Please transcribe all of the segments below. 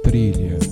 Trilhas.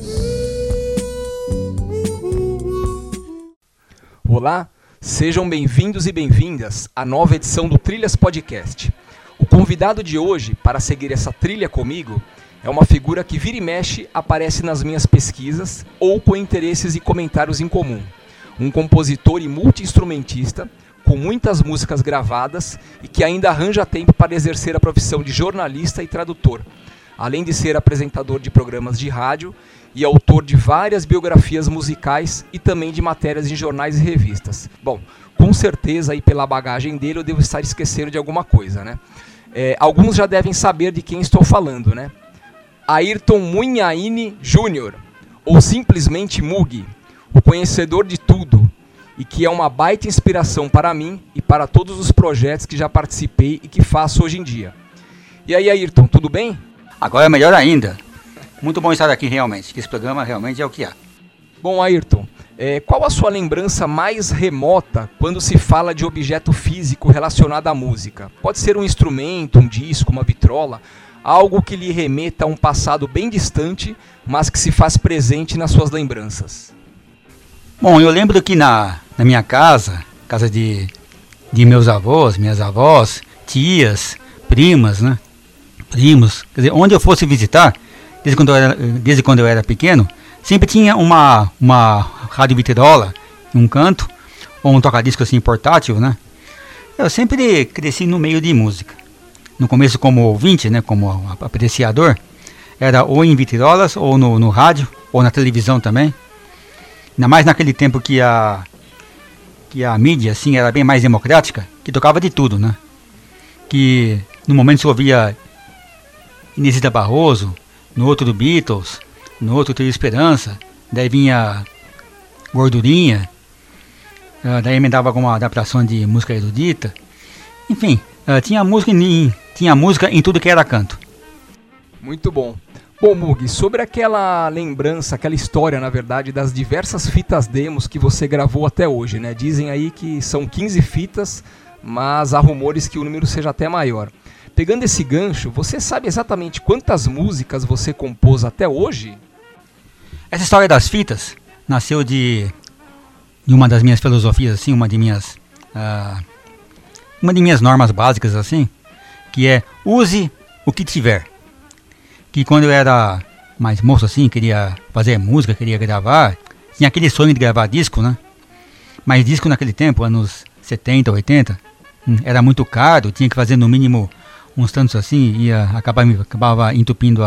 Olá, sejam bem-vindos e bem-vindas à nova edição do Trilhas Podcast. O convidado de hoje para seguir essa trilha comigo é uma figura que vira e mexe aparece nas minhas pesquisas ou com interesses e comentários em comum. Um compositor e multi-instrumentista com muitas músicas gravadas e que ainda arranja tempo para exercer a profissão de jornalista e tradutor, além de ser apresentador de programas de rádio e autor de várias biografias musicais e também de matérias em jornais e revistas. Bom, com certeza aí pela bagagem dele eu devo estar esquecendo de alguma coisa, né? Alguns já devem saber de quem estou falando, né? Ayrton Munhaine Jr., ou simplesmente Mug, o conhecedor de tudo, e que é uma baita inspiração para mim e para todos os projetos que já participei e que faço hoje em dia. E aí, Ayrton, tudo bem? Agora é melhor ainda. Muito bom estar aqui realmente, que esse programa realmente é o que há. Bom, Ayrton, qual a sua lembrança mais remota quando se fala de objeto físico relacionado à música? Pode ser um instrumento, um disco, uma vitrola, algo que lhe remeta a um passado bem distante, mas que se faz presente nas suas lembranças. Bom, eu lembro que na minha casa de meus avós, minhas avós, tias, primas, né? Primos, quer dizer, onde eu fosse visitar, desde quando eu era pequeno, sempre tinha uma rádio vitrola em um canto, ou um toca-disco assim portátil, né? Eu sempre cresci no meio de música. No começo como ouvinte, né, como apreciador, era ou em vitrolas, ou no rádio, ou na televisão também. Ainda mais naquele tempo que a mídia assim, era bem mais democrática, que tocava de tudo, né? Que no momento se ouvia Inês Barroso, no outro do Beatles, no outro Trio Esperança, daí vinha Gordurinha, daí emendava alguma adaptação de música erudita. Enfim, tinha música em tudo que era canto. Muito bom. Bom, Mug, sobre aquela lembrança, aquela história, na verdade, das diversas fitas demos que você gravou até hoje, né? Dizem aí que são 15 fitas, mas há rumores que o número seja até maior. Pegando esse gancho, você sabe exatamente quantas músicas você compôs até hoje? Essa história das fitas nasceu de uma das minhas filosofias, assim, uma de minhas normas básicas, assim, que é use o que tiver. Que quando eu era mais moço, assim, queria fazer música, queria gravar, tinha aquele sonho de gravar disco, né? Mas disco naquele tempo, anos 70, 80, era muito caro, tinha que fazer no mínimo uns tantos assim, acabava entupindo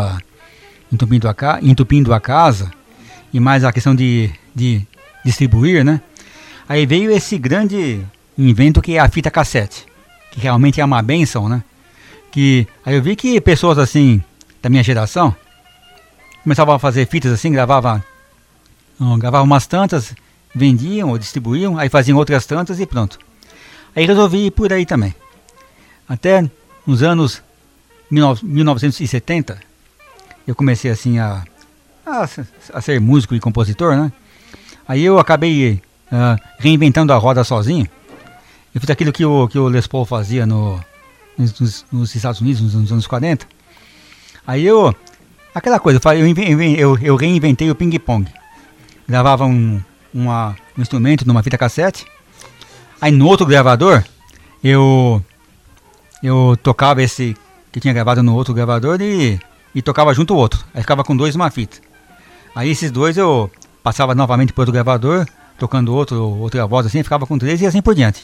a casa, e mais a questão de distribuir, né? Aí veio esse grande invento que é a fita cassete, que realmente é uma benção, né? Que aí eu vi que pessoas assim da minha geração começavam a fazer fitas assim, gravavam umas tantas, vendiam ou distribuíam, aí faziam outras tantas e pronto. Aí resolvi ir por aí também. Até nos anos 1970, eu comecei assim a ser músico e compositor, né? Aí eu acabei reinventando a roda sozinho. Eu fiz aquilo que o Les Paul fazia nos Estados Unidos nos anos 40. Aí aquela coisa, eu reinventei o ping-pong. Gravava um instrumento numa fita cassete. Aí no outro gravador, eu tocava esse que tinha gravado no outro gravador e tocava junto o outro. Aí ficava com dois numa fita. Aí esses dois eu passava novamente para outro gravador, tocando outra voz assim, ficava com três e assim por diante.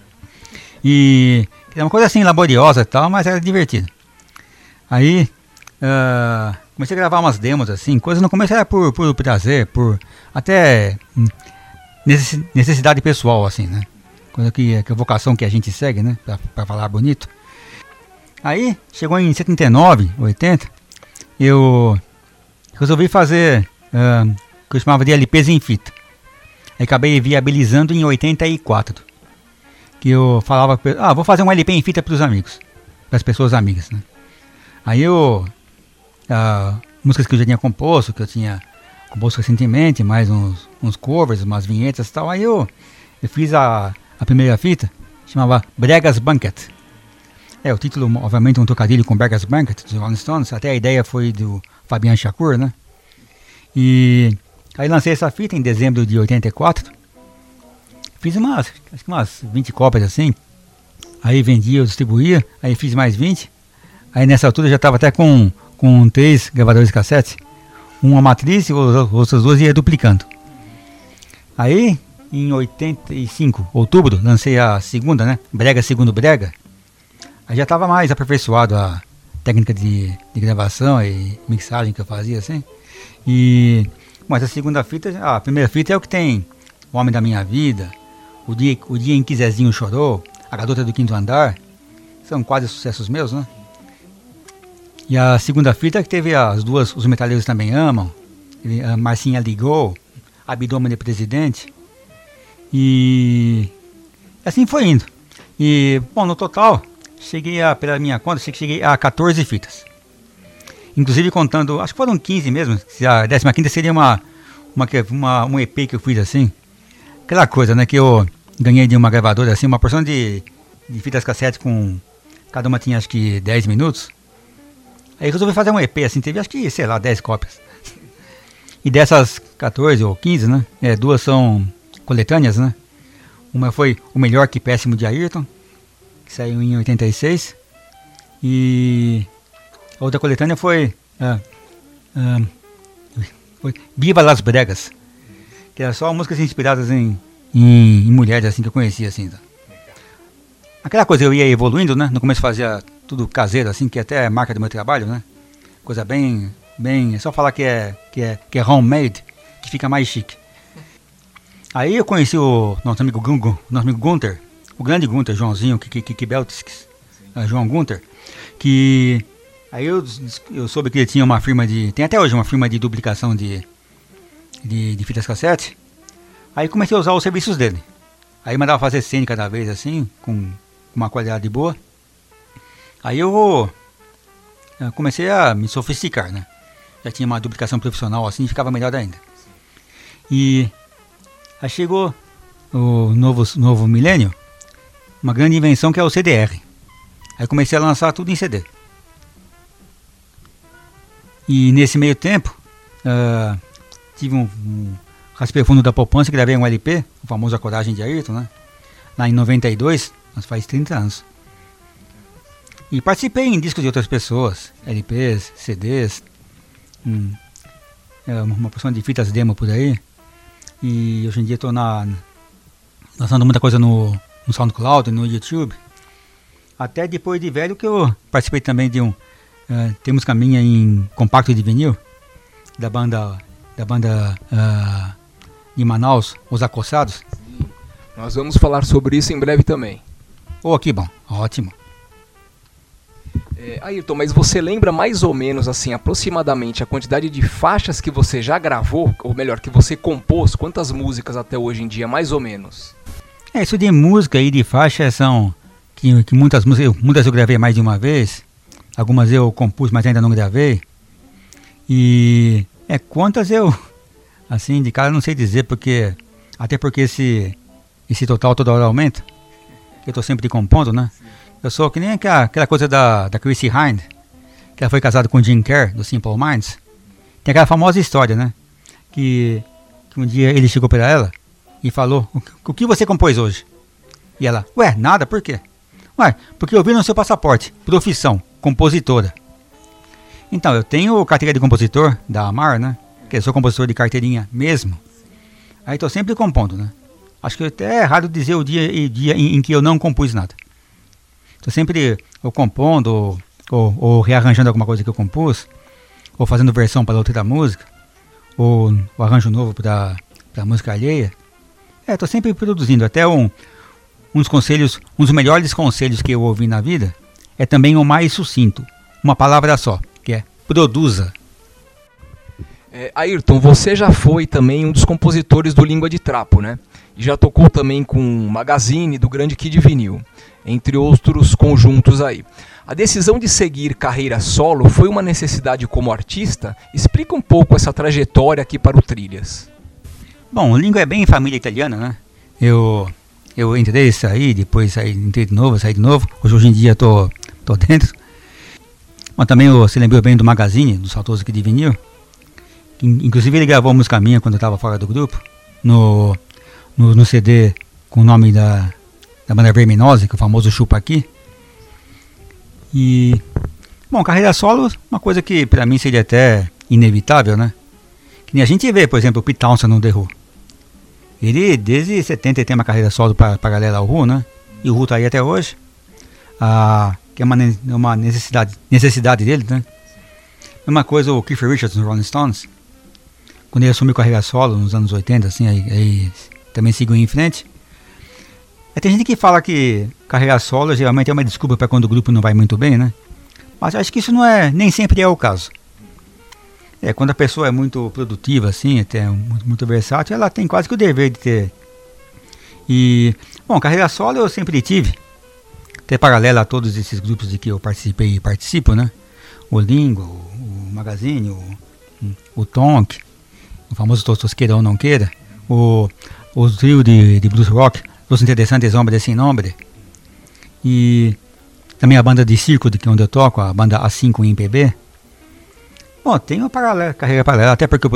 E era uma coisa assim laboriosa e tal, mas era divertido. Aí comecei a gravar umas demos assim, coisas no começo era por prazer, por até necessidade pessoal assim, né? Coisa que é a vocação que a gente segue, né? Pra falar bonito. Aí chegou em 79, 80, eu resolvi fazer o que eu chamava de LPs em fita. Aí acabei viabilizando em 84. Que eu falava, vou fazer um LP em fita para os amigos, para as pessoas amigas, né? Aí músicas que eu já tinha composto, que eu tinha composto recentemente, mais uns covers, umas vinhetas e tal. Aí eu fiz a primeira fita, chamava Bregas Banquet. O título, obviamente, um trocadilho com Bregas Banquet, dos Rolling Stones. Até a ideia foi do Fabian Shakur, né? E aí lancei essa fita em dezembro de 84. Fiz acho que umas 20 cópias assim. Aí vendia, eu distribuía. Aí fiz mais 20. Aí nessa altura eu já estava até com 3 gravadores de cassete. Uma matriz e outras 2 ia duplicando. Aí em 85, outubro, lancei a segunda, né? Brega segundo Brega. Aí já estava mais aperfeiçoado a técnica de gravação e mixagem que eu fazia assim. Mas a segunda fita, a primeira fita é o que tem O Homem da Minha Vida, o dia em que Zezinho Chorou, A Garota do Quinto Andar. São quase sucessos meus, né? E a segunda fita que teve as 2, Os Metaleiros Também Amam, a Marcinha Ligou, Abdômen de Presidente. E assim foi indo. E, bom, no total, pela minha conta, cheguei a 14 fitas. Inclusive contando, acho que foram 15 mesmo. A 15ª seria um EP que eu fiz assim. Aquela coisa, né, que eu ganhei de uma gravadora assim, uma porção de fitas cassete com... Cada uma tinha acho que 10 minutos. Aí resolvi fazer um EP assim, teve acho que, sei lá, 10 cópias. E dessas 14 ou 15, né, 2 são coletâneas, né. Uma foi O Melhor Que Péssimo de Ayrton, que saiu em 86. E a outra coletânea foi Viva Las Bregas, que era só músicas inspiradas em mulheres assim que eu conhecia assim. Tá? Aquela coisa eu ia evoluindo, né? No começo fazia tudo caseiro assim, que até é marca do meu trabalho, né? Coisa bem, é só falar que é homemade, que fica mais chique. Aí eu conheci o nosso amigo Gunter, o grande Gunter, Joãozinho, Kibeltskis, João Gunter, que aí eu soube que ele tinha uma firma tem até hoje uma firma de duplicação de fitas cassete. Aí comecei a usar os serviços dele. Aí mandava fazer 100 cada vez assim, com uma qualidade boa. Aí eu comecei a me sofisticar, né? Já tinha uma duplicação profissional assim, ficava melhor ainda. E aí chegou o novo milênio, uma grande invenção que é o CDR. Aí comecei a lançar tudo em CD. E nesse meio tempo, tive raspei o fundo da poupança, gravei um LP, o famoso A Coragem de Ayrton, né? Lá em 92, mas faz 30 anos. E participei em discos de outras pessoas, LPs, CDs, uma porção de fitas demo por aí. E hoje em dia estou lançando muita coisa no SoundCloud, no YouTube. Até depois de velho que eu participei também de temos caminha em compacto de vinil da banda de Manaus, Os Acossados. Sim. Nós vamos falar sobre isso em breve também. Que bom, ótimo. Ayrton, mas você lembra mais ou menos assim, aproximadamente a quantidade de faixas que você já gravou, ou melhor, que você compôs? Quantas músicas até hoje em dia, mais ou menos? Isso de música e de faixa são que muitas eu gravei mais de uma vez. Algumas eu compus, mas ainda não gravei. E quantas eu, assim, de cara não sei dizer, até porque esse total toda hora aumenta. Eu tô sempre compondo, né? Sim. Eu sou que nem aquela coisa da Chrissie Hynde, que ela foi casada com o Jim Kerr, do Simple Minds. Tem aquela famosa história, né? Que um dia ele chegou para ela e falou: o que você compôs hoje? E ela: nada, por quê? Porque eu vi no seu passaporte, profissão, compositora. Então, eu tenho carteira de compositor da Amar, né? Que eu sou compositor de carteirinha mesmo. Aí tô sempre compondo, né? Acho que até é errado dizer o dia em que eu não compus nada. Tô sempre ou compondo, ou rearranjando alguma coisa que eu compus, ou fazendo versão para outra música, ou arranjo novo para música alheia. Tô sempre produzindo. Até um dos melhores conselhos que eu ouvi na vida é também o mais sucinto. Uma palavra só, que é produza. Ayrton, você já foi também um dos compositores do Língua de Trapo, né? E já tocou também com Magazine, do grande Kid Vinil, entre outros conjuntos aí. A decisão de seguir carreira solo foi uma necessidade como artista? Explica um pouco essa trajetória aqui para o Trilhas. Bom, o Língua é bem família italiana, né? Eu entrei, saí, depois entrei de novo, saí de novo. Hoje em dia tô dentro. Mas também você lembrou bem do Magazine, do saudoso Kid Vinil. inclusive ele gravou música minha quando eu estava fora do grupo, no CD com o nome da banda Verminose, que é o famoso Chupa Aqui. E, bom, carreira solo, uma coisa que pra mim seria até inevitável, né? Que nem a gente vê, por exemplo, o Pete Townshend no The Who. Ele, desde 70, tem uma carreira solo pra galera ao Who, né? E o Who tá aí até hoje. Que é uma necessidade dele, né? Mesma coisa o Keith Richards no Rolling Stones. Quando ele assumiu carreira solo nos anos 80, assim, aí também seguiu em frente. Tem gente que fala que carreira solo geralmente é uma desculpa para quando o grupo não vai muito bem, né? Mas acho que isso nem sempre é o caso. Quando a pessoa é muito produtiva, assim, até muito versátil, ela tem quase que o dever de ter. E, bom, carreira solo eu sempre tive. Até paralela a todos esses grupos de que eu participei e participo, né? O Lingo, o Magazine, o Tonk, o famoso Tosqueira Não Queira, o trio de blues rock, Los Interessantes Hombres Sin Nombre, e também a banda de circo de onde eu toco, a banda A5 em PB. Bom, tem uma carreira paralela, até porque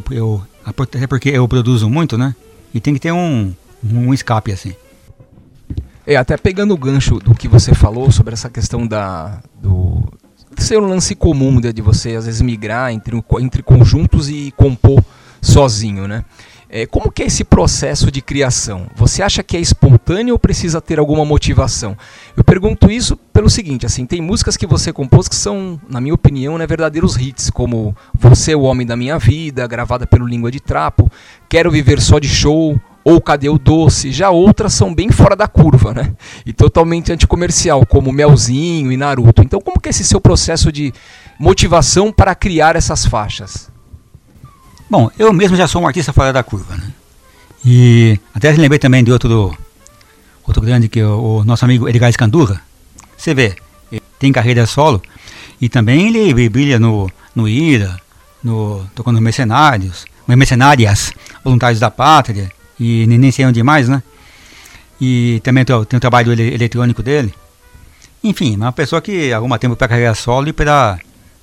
eu produzo muito, né? E tem que ter um escape assim. Até pegando o gancho do que você falou sobre essa questão do ser um lance comum de você às vezes migrar entre conjuntos e compor sozinho, né? Como que é esse processo de criação? Você acha que é espontâneo ou precisa ter alguma motivação? Eu pergunto isso pelo seguinte, assim, tem músicas que você compôs que são, na minha opinião, verdadeiros hits, como Você é o Homem da Minha Vida, gravada pelo Língua de Trapo, Quero Viver Só de Show, ou Cadê o Doce? Já outras são bem fora da curva, né? E totalmente anticomercial, como Melzinho e Naruto. Então, como que é esse seu processo de motivação para criar essas faixas? Bom, eu mesmo já sou um artista fora da curva, né? E até lembrei também de outro grande, que é o nosso amigo Edgar Escandurra. Você vê, ele tem carreira solo e também ele brilha no IRA, tocando Mercenárias, Voluntários da Pátria e nem sei onde mais, né? E também tem o trabalho eletrônico dele. Enfim, uma pessoa que arruma tempo para carreira solo e para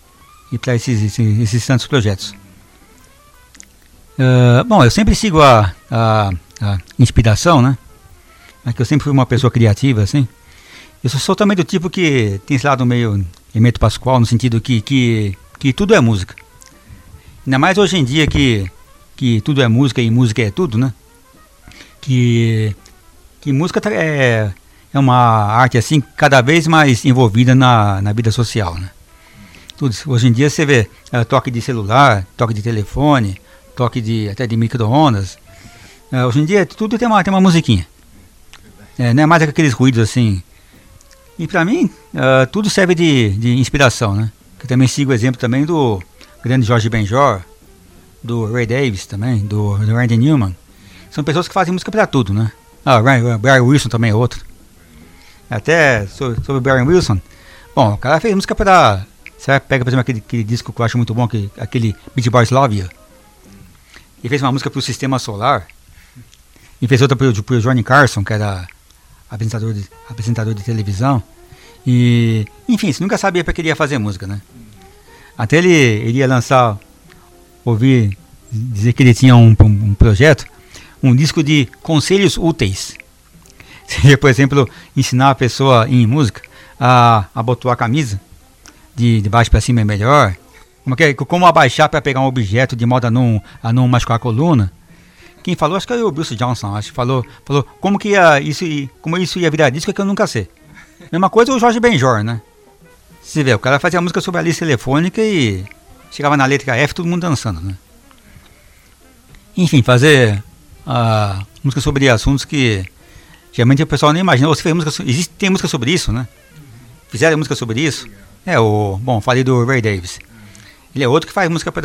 esses tantos projetos. Bom, eu sempre sigo a inspiração, né? Que eu sempre fui uma pessoa criativa, assim. Eu sou também do tipo que tem esse lado meio Hermeto Pascoal, no sentido que tudo é música. Ainda mais hoje em dia que tudo é música e música é tudo, né? Que música é uma arte, assim, cada vez mais envolvida na vida social, né? Hoje em dia você vê toque de celular, toque de telefone, toque até de micro-ondas. Hoje em dia tudo tem uma musiquinha. Não é mais aqueles ruídos assim. E pra mim, tudo serve de inspiração, né? Eu também sigo o exemplo também do grande Jorge Benjor, do Ray Davies também, do Randy Newman. São pessoas que fazem música pra tudo, né? O Brian Wilson também é outro. Até sobre o Brian Wilson. Bom, o cara fez música pra... Você pega, por exemplo, aquele disco que eu acho muito bom, aquele Beach Boys Love You. Ele fez uma música pro Sistema Solar. E fez outra pro Johnny Carson, que era apresentador de televisão. E, enfim, você nunca sabia para que ele ia fazer música, né? Até ele ia lançar, dizer que ele tinha um projeto, um disco de conselhos úteis. Seria, por exemplo, ensinar a pessoa em música a abotoar a camisa, de baixo para cima é melhor. Como abaixar para pegar um objeto de modo a não machucar a coluna. Quem falou, acho que é o Bruce Johnson, acho que falou como isso ia virar disco, é que eu nunca sei. Mesma coisa o Jorge Benjor, né? Você vê, o cara fazia música sobre a lista telefônica e chegava na letra F, todo mundo dançando, né? Enfim, fazer música sobre assuntos que geralmente o pessoal nem imagina. Você fez música, tem música sobre isso, né? Fizeram música sobre isso. Falei do Ray Davies. Ele é outro que faz música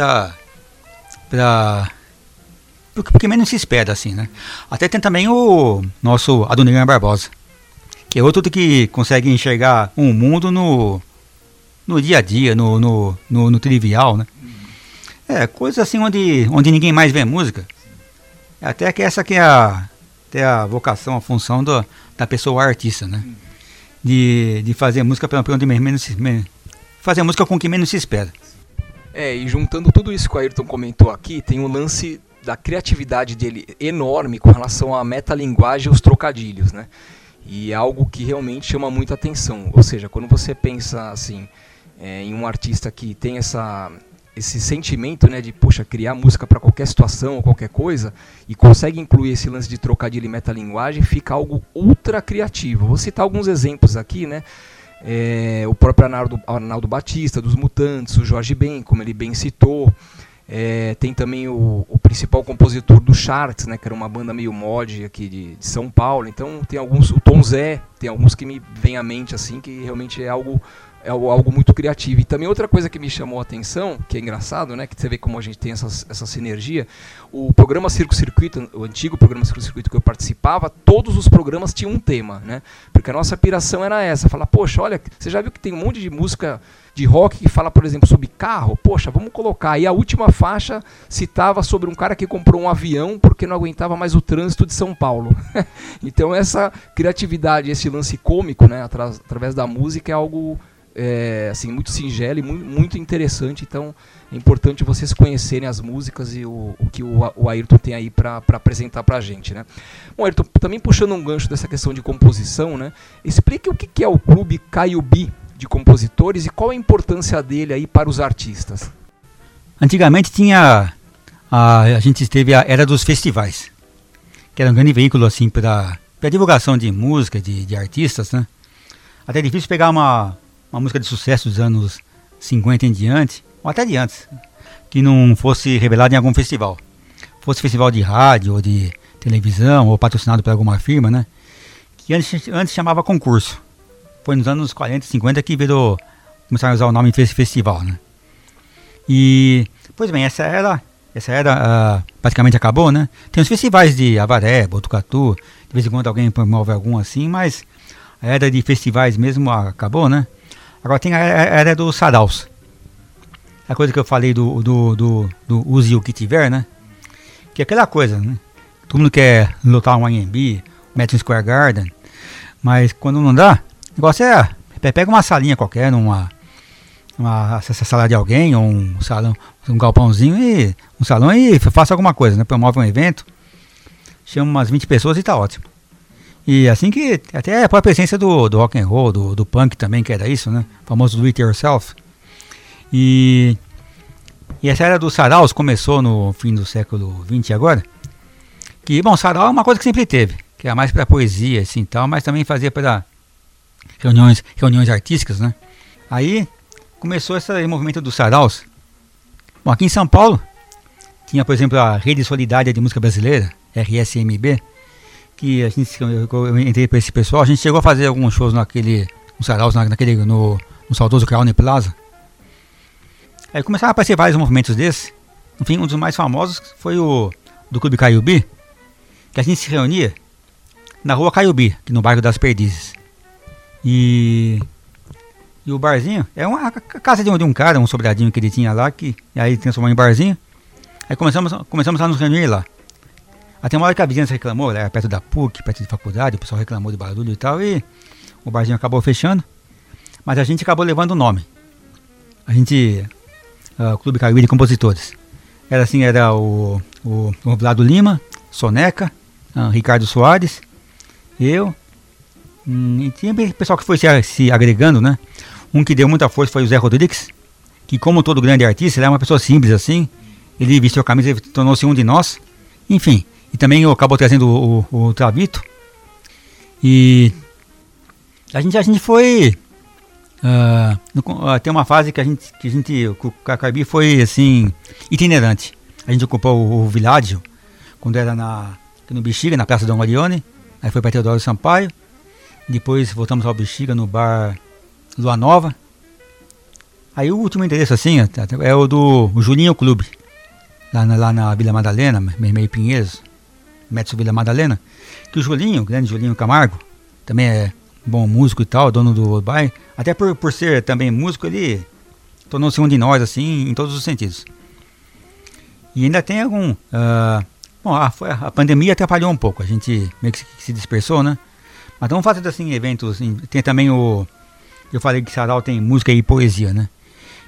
porque menos se espera, assim, né? Até tem também o nosso Adoniran Barbosa, que é outro que consegue enxergar um mundo no dia a dia, no trivial, né? Coisas assim onde ninguém mais vê música. Até que essa que é a vocação, a função da pessoa artista, né? De fazer música para onde menos fazer música com quem menos se espera. E juntando tudo isso que o Ayrton comentou aqui, tem um lance da criatividade dele enorme com relação à metalinguagem e os trocadilhos, né? E é algo que realmente chama muita atenção. Ou seja, quando você pensa assim, em um artista que tem esse sentimento, né, de poxa, criar música para qualquer situação ou qualquer coisa, e consegue incluir esse lance de trocadilho e metalinguagem, fica algo ultra criativo. Vou citar alguns exemplos aqui, né? O próprio Arnaldo Batista, dos Mutantes, o Jorge Ben, como ele bem citou. Tem também o principal compositor do Charts, né, que era uma banda meio mod aqui de São Paulo. Então tem alguns, o Tom Zé, tem alguns que me vêm à mente assim, que realmente é algo muito criativo. E também outra coisa que me chamou a atenção, que é engraçado, né, que você vê como a gente tem essa sinergia, o programa Circo Circuito, o antigo programa Circo Circuito que eu participava, todos os programas tinham um tema, né, porque a nossa piração era essa, falar, poxa, olha, você já viu que tem um monte de música de rock que fala, por exemplo, sobre carro? Poxa, vamos colocar. E a última faixa citava sobre um cara que comprou um avião porque não aguentava mais o trânsito de São Paulo. Então essa criatividade, esse lance cômico, né, através da música é algo assim, muito singelo e muito interessante. Então é importante vocês conhecerem as músicas e o que o Ayrton tem aí para apresentar para a gente, né? Bom, Ayrton, também puxando um gancho dessa questão de composição, né, explique o que é o Clube Caiubi de compositores e qual a importância dele aí para os artistas. Antigamente a gente teve a era dos festivais, que era um grande veículo assim para divulgação de música, de artistas, né? Até é difícil pegar uma música de sucesso dos anos 50 em diante, ou até de antes, que não fosse revelada em algum festival. Fosse festival de rádio, ou de televisão, ou patrocinado por alguma firma, né? Que antes chamava concurso. Foi nos anos 40, 50 que começaram a usar o nome festival, né? E, pois bem, essa era praticamente acabou, né? Tem os festivais de Avaré, Botucatu, de vez em quando alguém promove algum assim, mas a era de festivais mesmo acabou, né? Agora tem a era dos saraus. A coisa que eu falei do use o que tiver, né? Que é aquela coisa, né? Todo mundo quer lotar um AMB, Madison Square Garden, mas quando não dá, o negócio pega uma salinha qualquer, essa sala de alguém, ou um salão, um galpãozinho e um salão e faça alguma coisa, né? Promove um evento, chama umas 20 pessoas e tá ótimo. E assim que, até a própria essência do rock and roll, do punk também, que era isso, né? O famoso do it yourself. E essa era dos saraus começou no fim do século XX agora. Que, bom, sarau é uma coisa que sempre teve, que é mais para poesia, assim, tal, mas também fazia para reuniões artísticas, né? Aí começou esse movimento dos saraus. Bom, aqui em São Paulo tinha, por exemplo, a Rede Solidária de Música Brasileira, RSMB, que eu entrei para esse pessoal, a gente chegou a fazer alguns shows nos saraus, no saudoso Crowne Plaza. Aí começaram a aparecer vários movimentos desses. No fim, um dos mais famosos foi o do Clube Caiubi, que a gente se reunia na rua Caiubi, aqui no bairro das Perdizes. E o barzinho é uma casa de um cara, um sobradinho que ele tinha lá, que aí transformou em barzinho. Aí começamos a nos reunir lá. Até uma hora que a vizinhança reclamou, era perto da PUC, perto de faculdade, o pessoal reclamou de barulho e tal, e o barzinho acabou fechando. Mas a gente acabou levando o nome. O Clube Caiubi de Compositores. Era o Vlado Lima, Soneca, Ricardo Soares, eu, e tinha pessoal que foi se agregando, né? Um que deu muita força foi o Zé Rodrigues, que como todo grande artista, ele é uma pessoa simples assim, ele vestiu a camisa e tornou-se um de nós, enfim, e também acabou trazendo o Travito, e a gente foi, tem uma fase que o Caiubi foi assim, itinerante. A gente ocupou o Világio, quando era no Bexiga, na Praça Dom Orione, aí foi para Teodoro Sampaio, depois voltamos ao Bexiga no bar Lua Nova. Aí o último endereço assim é o do Julinho Clube, lá na Vila Madalena, meio Pinheiros, Metro Vila Madalena, que o Julinho, o grande Julinho Camargo, também é bom músico e tal, dono do bairro, até por ser também músico, ele tornou-se um de nós, assim, em todos os sentidos. E ainda tem algum... a pandemia atrapalhou um pouco, a gente meio que se dispersou, né? Mas estamos fazendo assim eventos, tem também eu falei que sarau tem música e poesia, né?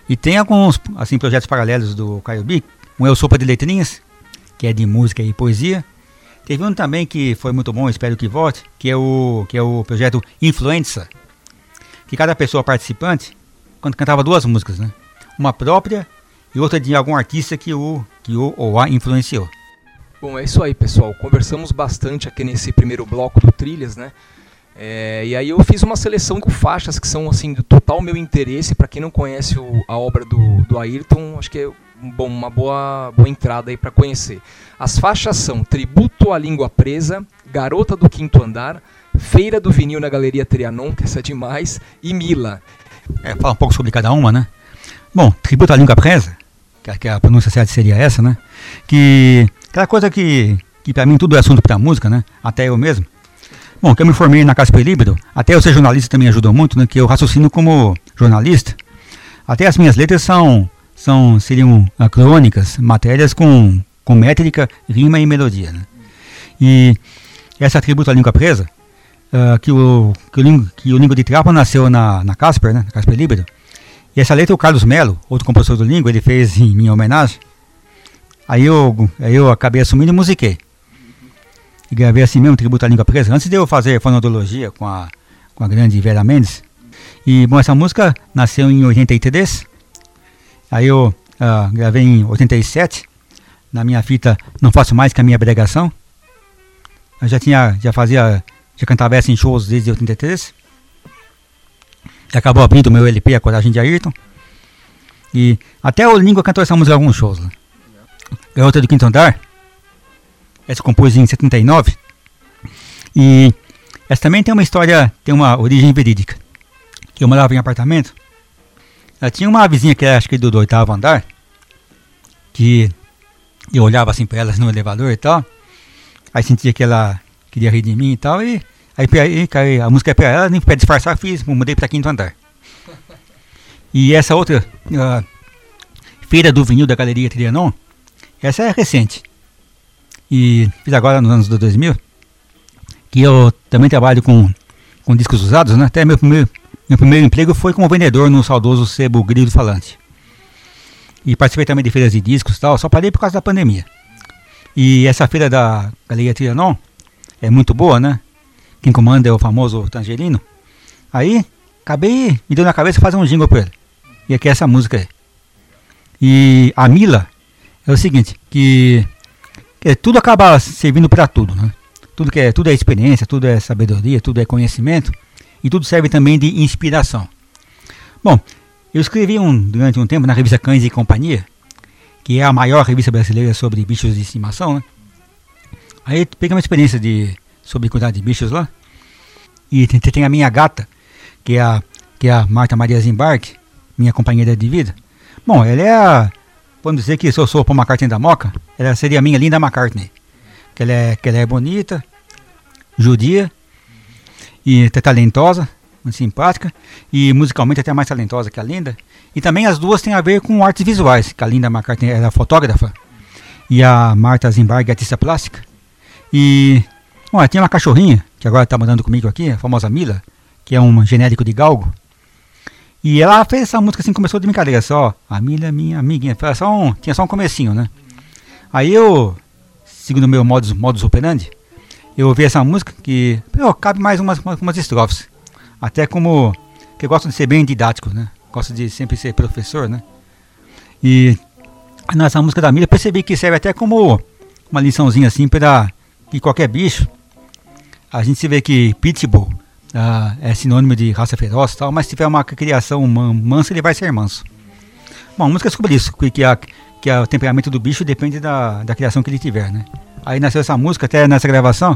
E tem alguns assim, projetos paralelos do Caio Bic. Um é o Sopa de Letrinhas, que é de música e poesia. Teve um também que foi muito bom, espero que volte, que é o projeto Influenza, que cada pessoa participante cantava 2 músicas, né? Uma própria e outra de algum artista que o ou a influenciou. Bom, é isso aí, pessoal. Conversamos bastante aqui nesse primeiro bloco do Trilhas, né? E aí eu fiz uma seleção com faixas que são assim do total meu interesse. Para quem não conhece a obra do Ayrton, acho que é uma boa entrada aí para conhecer. As faixas são Tributo à Língua Presa, Garota do Quinto Andar, Feira do Vinil na Galeria Trianon, que essa é demais, e Mila. Fala um pouco sobre cada uma, né? Bom, Tributo à Língua Presa, que a pronúncia certa seria essa, né? Que aquela coisa que para mim tudo é assunto para música, né? Até eu mesmo. Bom, que eu me formei na Casper Líbero, até eu ser jornalista também ajudou muito, né? Que eu raciocino como jornalista. Até as minhas letras seriam crônicas, matérias com métrica, rima e melodia, né? E essa Tributo à Língua Presa, que o Língua de Trapo nasceu na Casper, né? Na Casper Líbero. E essa letra o Carlos Melo, outro compositor do Língua, ele fez em minha homenagem. Aí eu acabei assumindo e musiquei. E gravei assim mesmo, Tributo à Língua Presa, antes de eu fazer fonoaudiologia com a grande Vera Mendes. E, bom, essa música nasceu em 83. Aí eu gravei em 87, na minha fita Não Faço Mais Que a Minha Pregação. Eu já cantava essa em shows desde 83. E acabou abrindo o meu LP, A Coragem de Ayrton. E até o Língua cantou essa música em alguns shows, né? Garota do Quinto Andar, essa compôs em 79. E essa também tem uma origem verídica. Que eu morava em apartamento. Tinha uma vizinha que era, acho que do 8º andar, que eu olhava assim pra ela no elevador e tal. Aí sentia que ela queria rir de mim e tal. E aí a música é pra ela, nem pra disfarçar, mudei pra 5º andar. E essa outra, Feira do Vinil da Galeria Trianon, essa é recente. E fiz agora nos anos 2000, que eu também trabalho com discos usados, né? Até meu primeiro emprego foi como vendedor no saudoso Sebo Grilo Falante. E participei também de feiras de discos e tal, só parei por causa da pandemia. E essa feira da Galeria Trianon é muito boa, né? Quem comanda é o famoso Tangerino. Aí, me deu na cabeça fazer um jingle pra ele. E aqui essa música aí. E a Mila é o seguinte, que tudo acaba servindo para tudo, né? Tudo é experiência, tudo é sabedoria, tudo é conhecimento. E tudo serve também de inspiração. Bom, eu escrevi durante um tempo na revista Cães e Companhia, que é a maior revista brasileira sobre bichos de estimação, né? Aí peguei uma experiência sobre cuidar de bichos lá. E tem a minha gata, que é a Marta Maria Zimbark, minha companheira de vida. Bom, ela é vamos dizer que se eu sou o Paul McCartney da Moca, ela seria a minha Linda McCartney. Que ela é bonita, judia, e até talentosa, muito simpática, e musicalmente até mais talentosa que a Linda. E também as duas têm a ver com artes visuais, que a Linda McCartney era fotógrafa, e a Marta Zimbark é artista plástica. E, bom, tinha uma cachorrinha, que agora está mandando comigo aqui, a famosa Mila, que é um genérico de galgo. E ela fez essa música assim, começou de brincadeira, só, a Mila é minha amiguinha, tinha só um comecinho, né? Aí eu, segundo o meu modus operandi, eu ouvi essa música que cabe mais umas estrofes. Até como que eu gosto de ser bem didático, né? Gosto de sempre ser professor, né? E nessa música da Mila eu percebi que serve até como uma liçãozinha assim para que qualquer bicho. A gente se vê que Pitbull é sinônimo de raça feroz e tal, mas se tiver uma criação mansa, ele vai ser manso. Bom, a música é sobre isso, que o temperamento do bicho depende da criação que ele tiver, né? Aí nasceu essa música, até nessa gravação,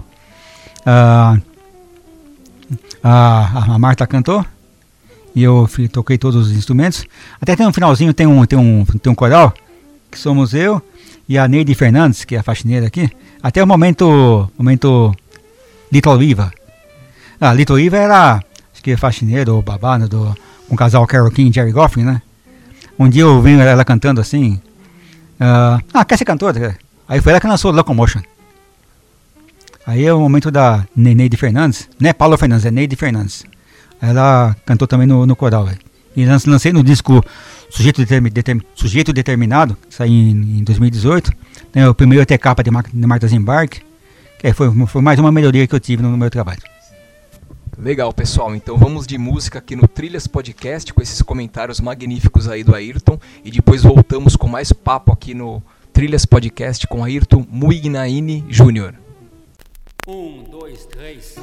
a Marta cantou, e eu toquei todos os instrumentos. Até tem um finalzinho, tem um coral, que somos eu e a Neide Fernandes, que é a faxineira aqui, até o momento Little Eva. Little Eva era, acho que faxineira ou babá, né, com o casal Carole King e Jerry Goffin, né? Um dia eu venho ela cantando assim, quer ser cantora? Aí foi ela que lançou Locomotion. Aí é o momento da Neide Fernandes, não é Paula Fernandes, é Neide Fernandes. Ela cantou também no coral, véio. E lancei no disco Sujeito Determinado, que saiu em 2018. Né, o primeiro até capa de Marta Zembark, que foi mais uma melhoria que eu tive no meu trabalho. Legal, pessoal. Então vamos de música aqui no Trilhas Podcast, com esses comentários magníficos aí do Ayrton, e depois voltamos com mais papo aqui no Trilhas Podcast com Ayrton Muignaini Jr. 1, 2, 3.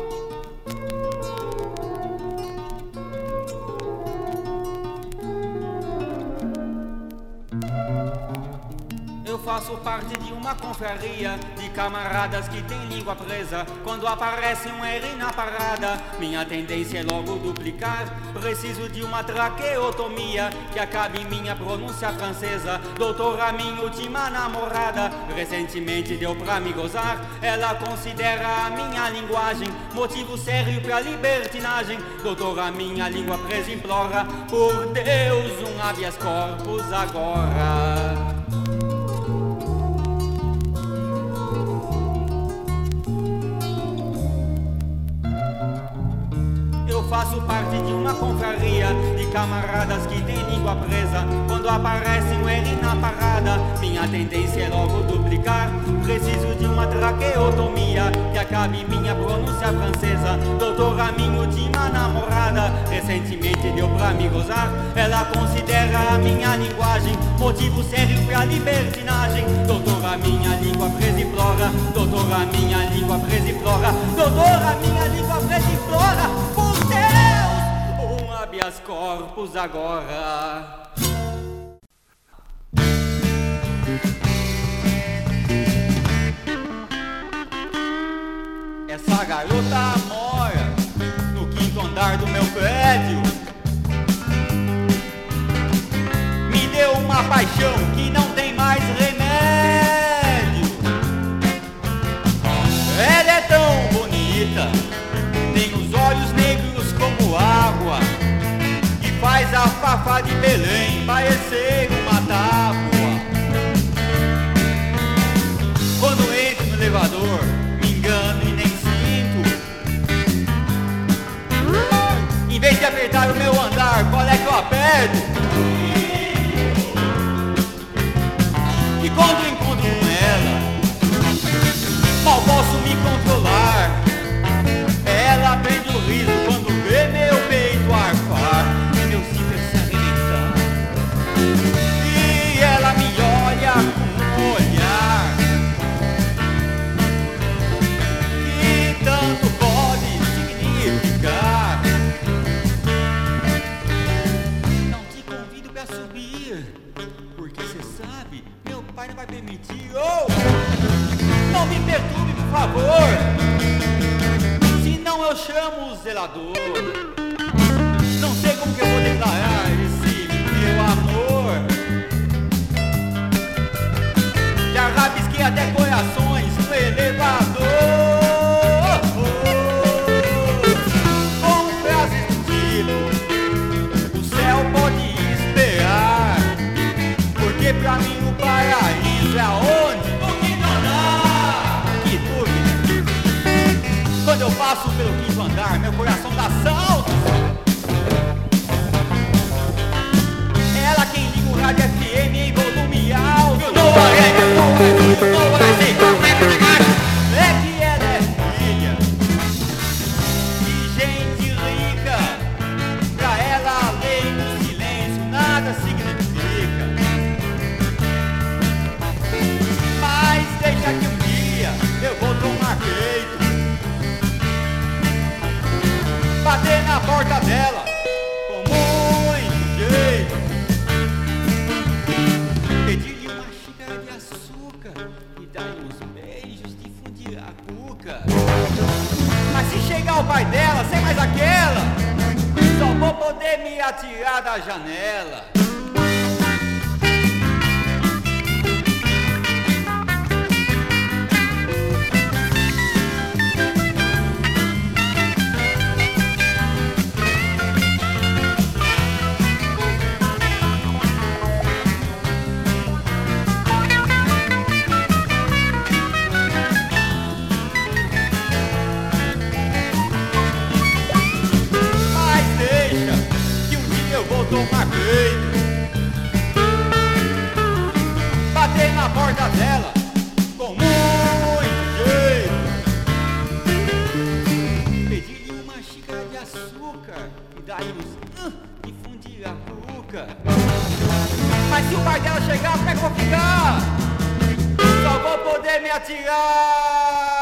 Eu faço parte de uma confraria de camaradas que tem língua presa. Quando aparece um R na parada, minha tendência é logo duplicar. Preciso de uma traqueotomia que acabe em minha pronúncia francesa. Doutora, minha última namorada, recentemente deu pra me gozar. Ela considera a minha linguagem motivo sério pra libertinagem. Doutora, minha língua presa implora, por Deus, um habeas corpus agora. Eu faço parte de uma confraria de camaradas que tem língua presa. Quando aparece um R na parada, minha tendência é logo duplicar. Preciso de uma traqueotomia que acabe em minha pronúncia francesa. Doutora, minha última namorada, recentemente deu pra me gozar. Ela considera a minha linguagem motivo sério pra libertinagem. Doutora, minha língua presa implora. Doutora, minha língua presa implora. Doutora, minha língua presa implora. Deus, um habeas corpus agora. Essa garota mora no 5º andar do meu prédio. Me deu uma paixão que não tem mais remédio. Ela é tão bonita, tem os olhos negros como água, e faz a Fafá de Belém parecer uma tábua. Quando entro no elevador, me engano e nem sinto. Em vez de apertar o meu andar, qual é que eu aperto? E quando encontro com ela, mal posso me controlar. Ela prende o riso quando vê meu peito arfar e meu zíper se arrebentar. E ela me olha com um olhar que tanto pode significar. Não te convido pra subir, porque cê sabe, meu pai não vai permitir. Oh! Não me perturbe, por favor, senão eu chamo o zelador. Não sei como que eu vou declarar esse meu amor. Já rabisquei até corações no elevador, com frases do tipo: o céu pode esperar, porque pra mim o paraíso é aonde? O quinto andar. Que dúvida, quando eu passo pelo 5º andar, meu coração dá saltos. Ela quem liga o rádio FM em volume alto. É que ela é filha de gente rica. Pra ela a lei do silêncio nada significa. Mas deixa que um dia eu vou tomar peito, bater na porta dela com muito jeito, pedir-lhe uma xícara de açúcar e dar-lhe uns beijos de fundir a cuca. Mas se chegar o pai dela sem mais aquela, só vou poder me atirar da janela. Tomar peito, nunca. Mas se o pai dela chegar, como é que eu vou ficar? Só vou poder me atirar.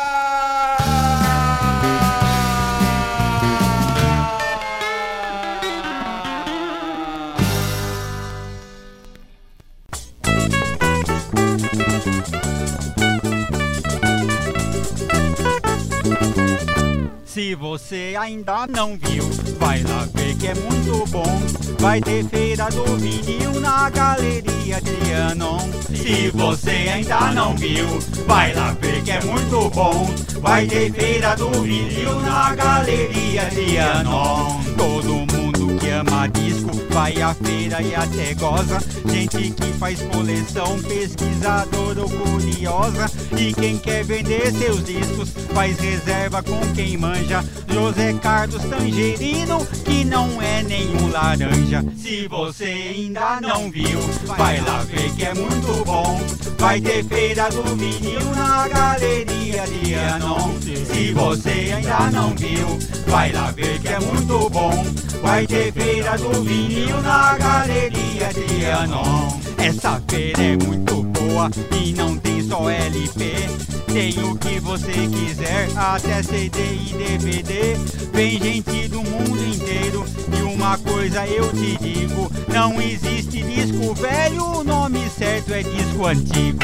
Se você ainda não viu, vai lá ver que é muito bom. Vai ter feira do vinil na Galeria Trianon. Se você ainda não viu, vai lá ver que é muito bom. Vai ter feira do vinil na Galeria Trianon. Todo mundo que ama disco vai à feira e até goza. Gente que faz coleção, pesquisador ou curiosa. E quem quer vender seus discos faz reserva com quem manja. José Carlos Tangerino, que não é nenhum laranja. Se você ainda não viu, vai lá ver que é muito bom. Vai ter feira do vinil na Galeria Trianon. Se você ainda não viu, vai lá ver que é muito bom. Vai ter feira do vinil na Galeria Trianon. Essa feira é muito boa e não tem só LP. Tem o que você quiser, até CD e DVD. Vem gente do mundo inteiro e uma coisa eu te digo: não existe disco velho, o nome certo é disco antigo.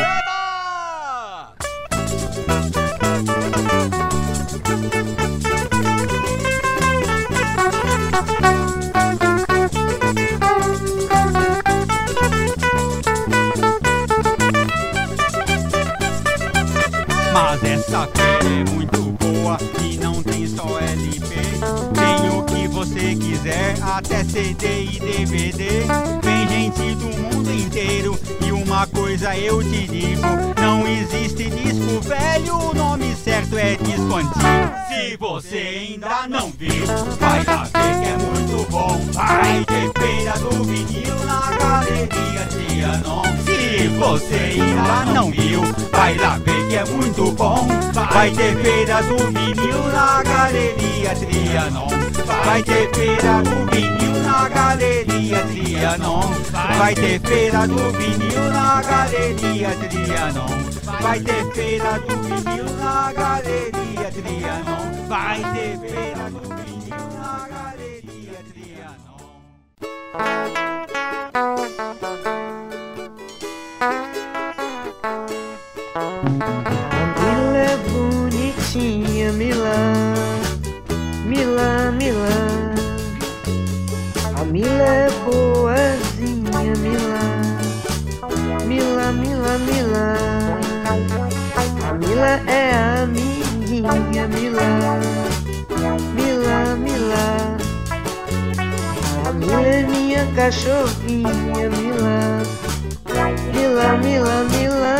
Mas essa feira é muito boa e não tem só LP. Tem o que você quiser, até CD e DVD. Vem gente do mundo inteiro e uma coisa eu te digo: não existe disco velho, o nome certo é disco antigo. Se você ainda não viu, vai lá ver que é muito bom. Vai ter feira do vinil na Galeria Trianon. Se você ainda não viu, vai lá ver que é muito bom. Vai ter feira do vinil na Galeria Trianon. Vai ter feira do vinil na Galeria Trianon. Vai ter feira do vinil na Galeria Trianon. Vai ter feira do vinil na Galeria Trianon. Vai ter feira do vinil na Galeria Trianon. Mila é bonitinha, Mila, Mila, Mila. A Mila é boazinha, Mila, Mila, Mila, Mila. A Mila é amiguinha, Mila, Mila, Mila. A Mila é minha cachorrinha, Mila, Mila, Mila, Mila.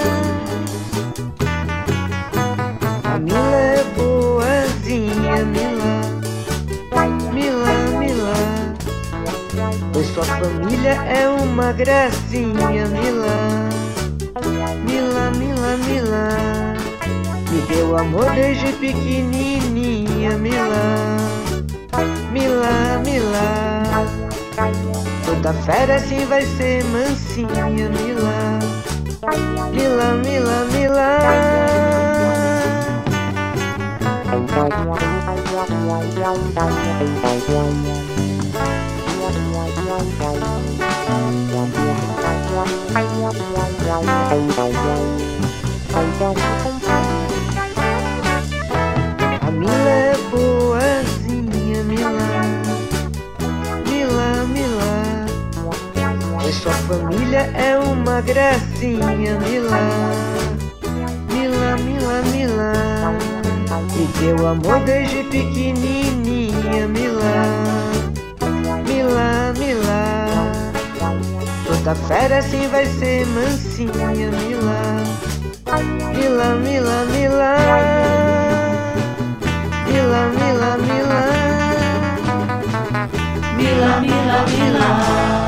A Mila é boazinha, Mila, Mila, Mila. Pois sua família é uma gracinha, Mila, Mila, Mila, Mila. Me deu amor desde pequenininha, Mila, Mila, Mila. Toda fera assim vai ser mansinha, Mila, Mila, Mila, Mila. A Mila é boazinha, Mila, Mila, Mila. Pois sua família é uma gracinha, Mila, Mila, Mila, Mila. Me deu amor desde pequenininha, Mila, Mila, Mila. Toda fera assim vai ser mansinha, Mila, Mila, Mila, Mila. Mila, Mila, Mila. Mila, Mila, Mila.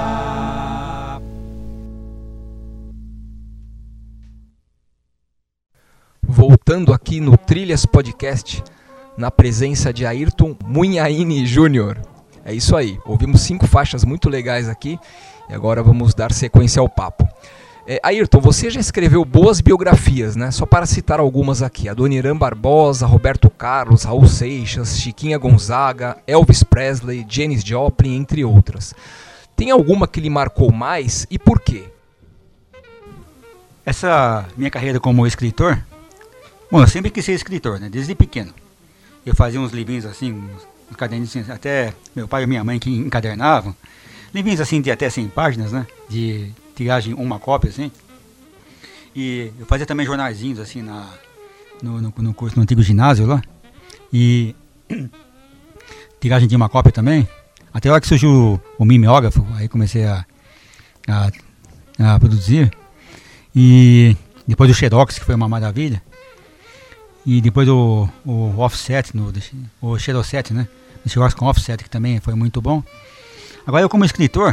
Voltando aqui no Trilhas Podcast, na presença de Ayrton Munhaine Júnior. É isso aí, ouvimos 5 faixas muito legais aqui e agora vamos dar sequência ao papo. Ayrton, você já escreveu boas biografias, né? Só para citar algumas aqui: Adoniran Barbosa, Roberto Carlos, Raul Seixas, Chiquinha Gonzaga, Elvis Presley, Janis Joplin, entre outras. Tem alguma que lhe marcou mais e por quê? Essa minha carreira como escritor, bom, eu sempre quis ser escritor, né? Desde pequeno. Eu fazia uns livrinhos assim, uns caderninhos assim, até meu pai e minha mãe que encadernavam. Livrinhos assim de até 100 páginas, né? De tiragem, uma cópia, assim. E eu fazia também jornaizinhos, assim, no curso, no antigo ginásio lá. E tiragem de uma cópia também. Até a hora que surgiu o mimeógrafo, aí comecei a produzir. E depois do Xerox, que foi uma maravilha. E depois o offset, o Xeroset, né? O Xerox com offset, que também foi muito bom. Agora eu como escritor,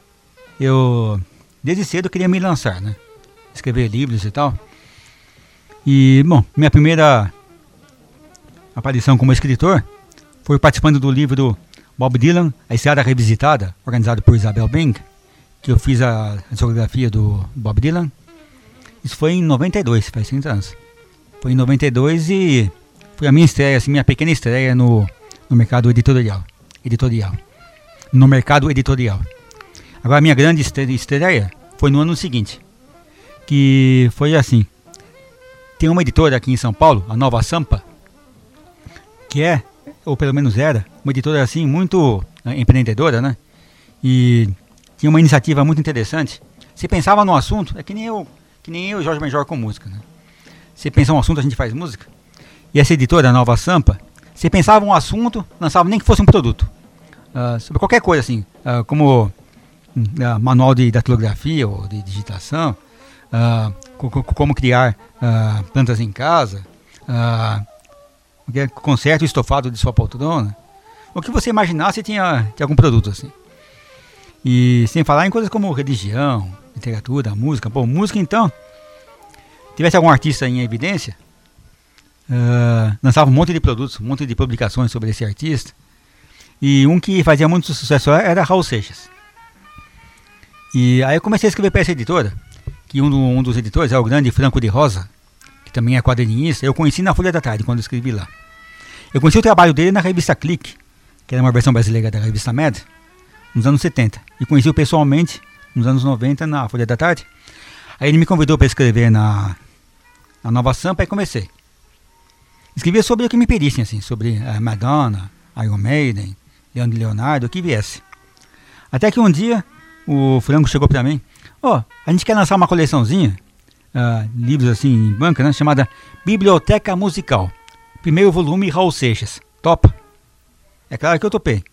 desde cedo eu queria me lançar, né? Escrever livros e tal. E, bom, minha primeira aparição como escritor foi participando do livro do Bob Dylan, A Estrada Revisitada, organizado por Isabel Bing, que eu fiz a discografia do Bob Dylan. Isso foi em 92, faz 30 anos. Foi em 92 e foi a minha estreia, assim, minha pequena estreia no mercado editorial. No mercado editorial. Agora a minha grande estreia foi no ano seguinte, que foi assim: tem uma editora aqui em São Paulo, a Nova Sampa, que é, ou pelo menos era, uma editora assim muito empreendedora, né? E tinha uma iniciativa muito interessante. Você pensava no assunto, é que nem eu Jorge Benjor, com música, né? Você pensa um assunto, a gente faz música. E essa editora, a Nova Sampa, você pensava um assunto, lançava nem que fosse um produto. Sobre qualquer coisa assim, como manual de datilografia ou de digitação, como criar plantas em casa, conserto estofado de sua poltrona. O que você imaginasse tinha algum produto assim. E sem falar em coisas como religião, literatura, música. Bom, música então, tivesse algum artista em evidência, lançava um monte de produtos, um monte de publicações sobre esse artista. E um que fazia muito sucesso era Raul Seixas. E aí eu comecei a escrever para essa editora, que um dos editores é o grande Franco de Rosa, que também é quadrinista. Eu conheci na Folha da Tarde, quando eu escrevi lá. Eu conheci o trabalho dele na revista Clique, que era uma versão brasileira da revista Mad, nos anos 70. E conheci-o pessoalmente nos anos 90 na Folha da Tarde. Aí ele me convidou para escrever na Nova Sampa e comecei. Escrevia sobre o que me pedissem, assim, sobre Madonna, Iron Maiden, Leandro e Leonardo, o que viesse. Até que um dia o Franco chegou para mim: a gente quer lançar uma coleçãozinha, livros assim em banca, né, chamada Biblioteca Musical, primeiro volume Raul Seixas, topa? É claro que eu topei.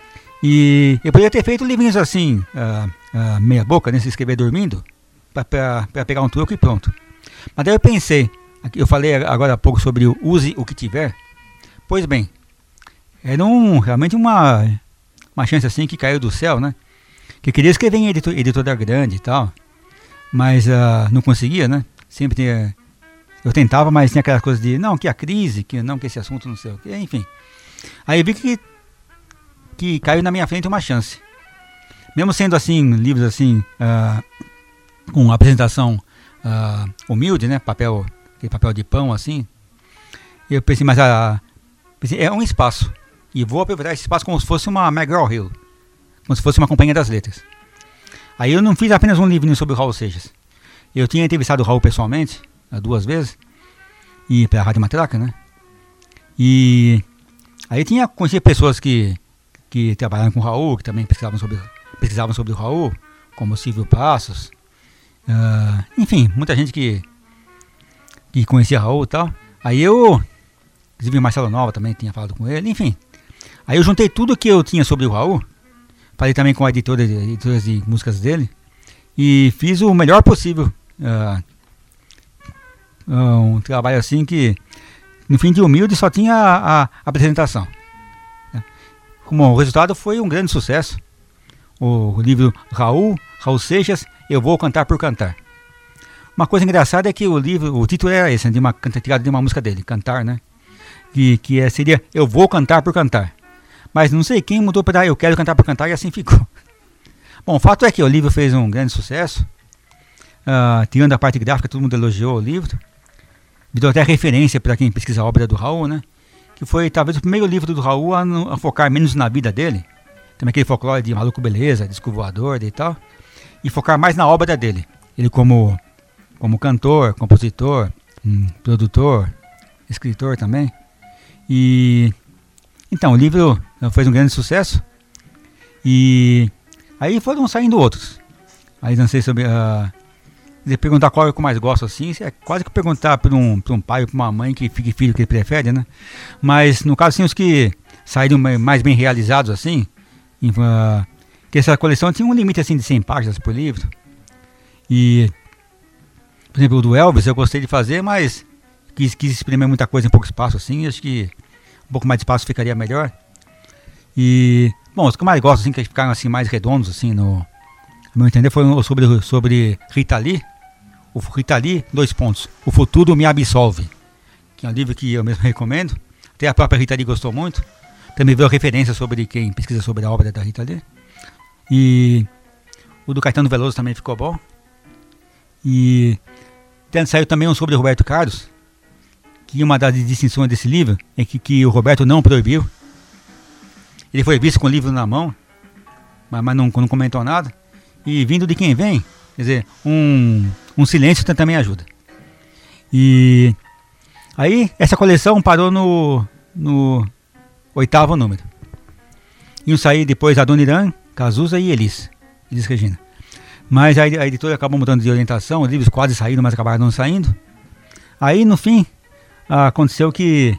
E eu poderia ter feito livrinhos assim, meia boca, né, se escrever dormindo, para pegar um troco e pronto. Mas daí eu pensei, eu falei agora há pouco sobre o use o que tiver. Pois bem, era realmente uma chance assim que caiu do céu, né? Que eu queria escrever em editora grande e tal, mas não conseguia, né? Sempre eu tentava, mas tinha aquelas coisas de, não, que a crise, que esse assunto não sei o que, enfim. Aí eu vi que caiu na minha frente uma chance. Mesmo sendo assim, livros assim, com apresentação humilde, né? Aquele papel de pão assim. Eu pensei, mas é um espaço. E vou aproveitar esse espaço como se fosse uma McGraw-Hill, como se fosse uma companhia das letras. Aí eu não fiz apenas um livrinho sobre o Raul Seixas. Eu tinha entrevistado o Raul pessoalmente, 2 vezes, e pela Rádio Matraca, né? E aí conhecia pessoas que trabalharam com o Raul, que também pesquisavam sobre o Raul, como Silvio Passos. Enfim, muita gente que conhecia Raul e tal. Aí inclusive o Marcelo Nova também tinha falado com ele, enfim. Aí eu juntei tudo que eu tinha sobre o Raul, falei também com a editoras de músicas dele, e fiz o melhor possível. Um trabalho assim que, no fim de humilde, só tinha a apresentação. Como o resultado foi um grande sucesso. O livro Raul Seixas, Eu Vou Cantar por Cantar. Uma coisa engraçada é que o título era esse, né, tirado de uma música dele, Cantar, né? Que seria Eu Vou Cantar por Cantar. Mas não sei quem mudou para Eu Quero Cantar para Cantar e assim ficou. Bom, o fato é que o livro fez um grande sucesso. Tirando a parte gráfica, todo mundo elogiou o livro. Virou até referência para quem pesquisa a obra do Raul, né? Que foi talvez o primeiro livro do Raul a focar menos na vida dele. Também aquele folclore de Maluco Beleza, Disco Voador e tal. E focar mais na obra dele. Ele como cantor, compositor, produtor, escritor também. E então o livro fez um grande sucesso. E aí foram saindo outros. Aí não sei sobre perguntar qual é o que eu mais gosto assim, é quase que perguntar para um pai ou para uma mãe que filho que ele prefere, né? Mas no caso assim, os que saíram mais bem realizados assim, que essa coleção tinha um limite assim de 100 páginas por livro. E por exemplo, o do Elvis eu gostei de fazer, mas quis exprimir muita coisa em pouco espaço assim, acho que um pouco mais de espaço ficaria melhor. E bom, os que eu mais gosto assim, que ficaram assim mais redondos assim no meu entender, foram sobre Rita Lee. O Rita Lee, 2 pontos. O Futuro Me Absolve, que é um livro que eu mesmo recomendo. Até a própria Rita Lee gostou muito. Também veio referência sobre quem pesquisa sobre a obra da Rita Lee. E o do Caetano Veloso também ficou bom. E saiu também um sobre o Roberto Carlos, que uma das distinções desse livro é que o Roberto não proibiu. Ele foi visto com o livro na mão, mas não comentou nada. E vindo de quem vem, quer dizer, um silêncio também ajuda. E aí essa coleção parou no 8º número. Iam sair depois Adoniran, Cazuza e Elis Regina. Mas a editora acabou mudando de orientação, os livros quase saíram, mas acabaram não saindo. Aí no fim, aconteceu que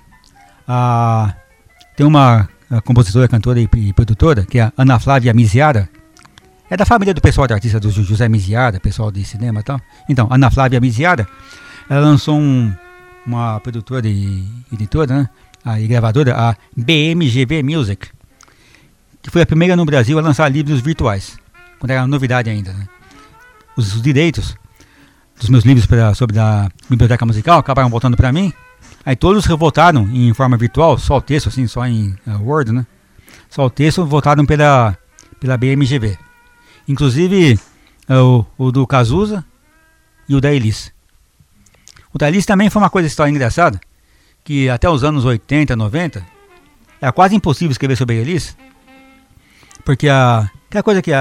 tem uma compositora, cantora e produtora, que é a Ana Flávia Miziara. É da família do pessoal de artista do José Miziara, pessoal de cinema e tal. Então, Ana Flávia Miziara, ela lançou uma produtora e editora, né? E gravadora, a BMGV Music, que foi a primeira no Brasil a lançar livros virtuais, quando era novidade ainda, né? Os direitos dos meus livros sobre a biblioteca musical acabaram voltando para mim. Aí todos revoltaram em forma virtual, só o texto, assim, só em Word, né? Só o texto voltaram pela BMGV. Inclusive o do Cazuza e o da Elis. O da Elis também foi uma história engraçada, que até os anos 80, 90, era quase impossível escrever sobre a Elis, porque aquela coisa que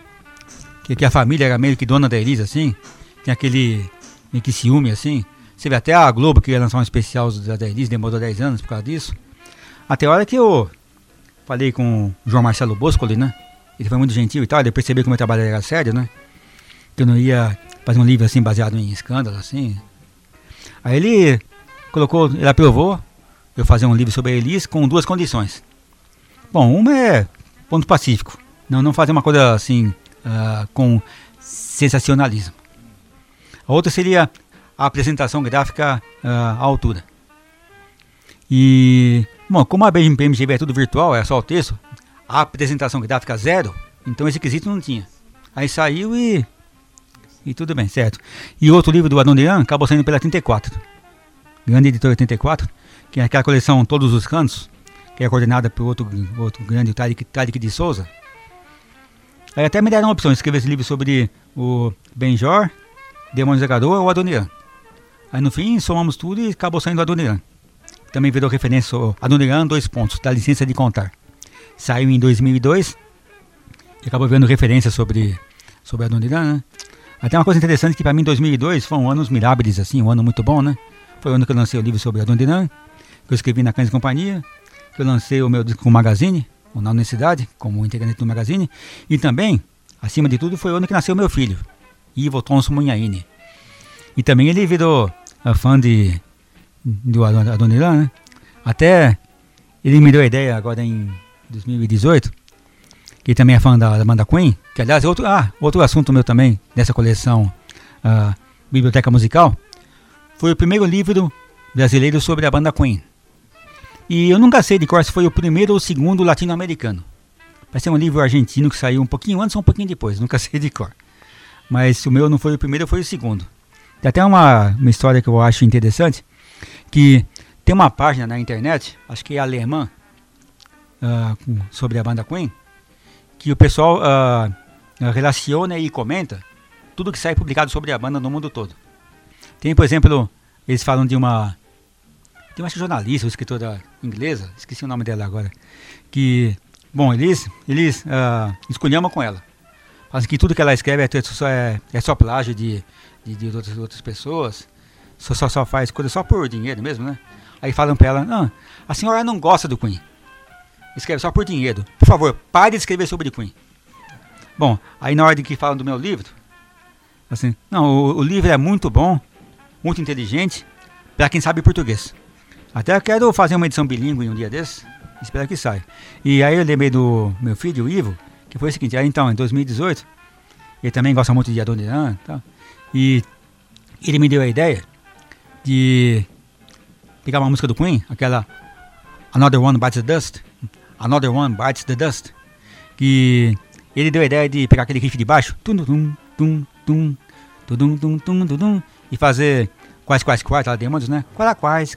a família era meio que dona da Elis, assim, tinha aquele meio que ciúme, assim. Você vê até a Globo que ia lançar um especial da Elis, demorou 10 anos por causa disso. Até a hora que eu falei com o João Marcelo Boscoli, né? Ele foi muito gentil e tal, ele percebeu que o meu trabalho era sério, né? Que eu não ia fazer um livro assim baseado em escândalo, assim. Aí ele aprovou eu fazer um livro sobre a Elis com 2 condições. Bom, uma é ponto pacífico, não fazer uma coisa assim com sensacionalismo. A outra seria a apresentação gráfica à altura. E, bom, como a BMGV é tudo virtual, é só o texto, a apresentação gráfica 0, então esse quesito não tinha. Aí saiu e tudo bem, certo. E outro livro do Adoniran acabou saindo pela 34, grande editora 34, que é aquela coleção Todos os Cantos, que é coordenada por outro grande, Tariq de Souza. Aí até me deram a opção de escrever esse livro sobre o Benjor, Demônios da Garoa ou Adoniran. Aí no fim somamos tudo e acabou saindo o Adoniran. Também virou referência ao Adoniran, 2 pontos, da licença de contar. Saiu em 2002 e acabou vendo referência sobre Adoniran, né? Até uma coisa interessante que para mim 2002 foi um ano mirábiles, assim, um ano muito bom, né? Foi o ano que eu lancei o livro sobre Adoniran, que eu escrevi na Cães e Companhia, que eu lancei o meu disco com o Magazine, na Universidade, como integrante do Magazine, e também, acima de tudo, foi o ano que nasceu meu filho, Ivo Tonso Munhaine. E também ele virou fã do Adoniran, né? Até ele me deu a ideia agora em 2018, que ele também é fã da banda Queen, que aliás é outro assunto meu também, dessa coleção Biblioteca Musical, foi o primeiro livro brasileiro sobre a banda Queen. E eu nunca sei de cor se foi o primeiro ou o segundo latino-americano. Parece ser um livro argentino que saiu um pouquinho antes ou um pouquinho depois, nunca sei de cor. Mas se o meu não foi o primeiro, foi o segundo. Tem até uma história que eu acho interessante, que tem uma página na internet, acho que é alemã, sobre a banda Queen, que o pessoal relaciona e comenta tudo que sai publicado sobre a banda no mundo todo. Tem, por exemplo, eles falam de uma jornalista, uma escritora inglesa, esqueci o nome dela agora, que, bom, eles esculhambam com ela. Fazem que tudo que ela escreve é só plágio de outras pessoas, só faz coisa só por dinheiro mesmo, né? Aí falam pra ela, não, a senhora não gosta do Queen, escreve só por dinheiro, por favor, pare de escrever sobre Queen. Bom, aí na hora de que falam do meu livro, assim, não, o livro é muito bom, muito inteligente, para quem sabe português. Até quero fazer uma edição bilíngue um dia desses, espero que saia. E aí eu lembrei do meu filho, o Ivo, que foi o seguinte, aí então, em 2018, ele também gosta muito de Adoniran, tá? E ele me deu a ideia de pegar uma música do Queen, aquela Another One Bites the Dust, que ele deu a ideia de pegar aquele riff de baixo, e fazer quais, ela demônios, né? Quais,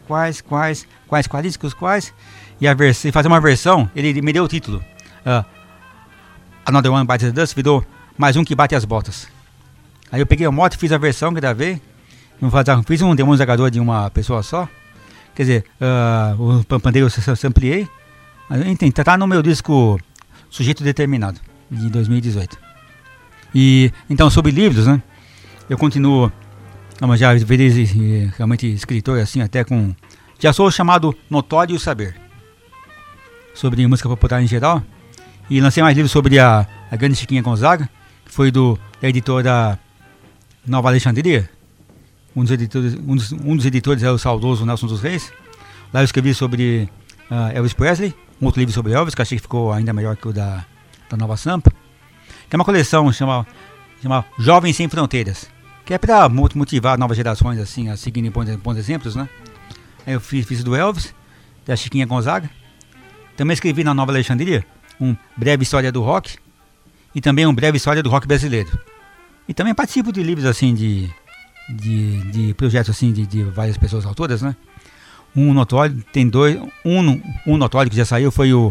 e fazer uma versão, ele me deu o título, Another One Bites the Dust, virou mais um que bate as botas. Aí eu peguei a moto e fiz a versão, gravei, fiz um demônio zagador de uma pessoa só, quer dizer, o pandeiro eu ampliei, tá no meu disco Sujeito Determinado, de 2018. E então, sobre livros, né, eu continuo, já virei realmente escritor, assim, até com, já sou chamado Notório Saber, sobre música popular em geral, e lancei mais livros sobre a grande Chiquinha Gonzaga, que foi da editora Nova Alexandria. Um dos editores é o saudoso Nelson dos Reis. Lá eu escrevi sobre Elvis Presley, um outro livro sobre Elvis, que achei que ficou ainda melhor que o da Nova Sampa, que é uma coleção chama Jovens Sem Fronteiras, que é para motivar novas gerações assim, a seguirem bons exemplos, né? Aí eu fiz do Elvis, da Chiquinha Gonzaga. Também escrevi na Nova Alexandria breve história do rock e também breve história do rock brasileiro. E também participo de livros assim de projetos assim de várias pessoas autoras, né? Um notório, tem dois, um notório que já saiu foi o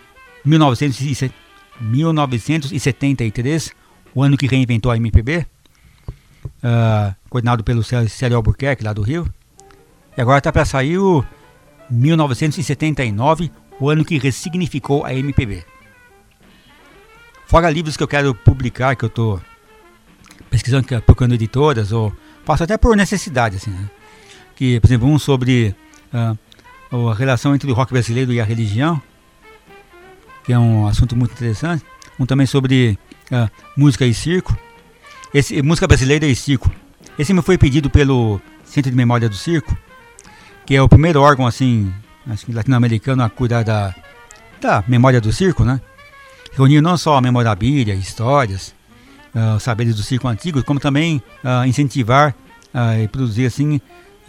1973, o ano que reinventou a MPB, coordenado pelo Célio Albuquerque lá do Rio. E agora está para sair o 1979, o ano que ressignificou a MPB. Fora livros que eu quero publicar, que eu estou pesquisando, procurando editoras, ou faço até por necessidade, assim, né? Que, por exemplo, um sobre a relação entre o rock brasileiro e a religião, que é um assunto muito interessante. Um também sobre música e circo. Música brasileira e circo. Esse me foi pedido pelo Centro de Memória do Circo, que é o primeiro órgão, assim, acho que latino-americano a cuidar da memória do circo, né? Reunir não só a memorabilia, histórias, os saberes do circo antigo, como também incentivar e produzir assim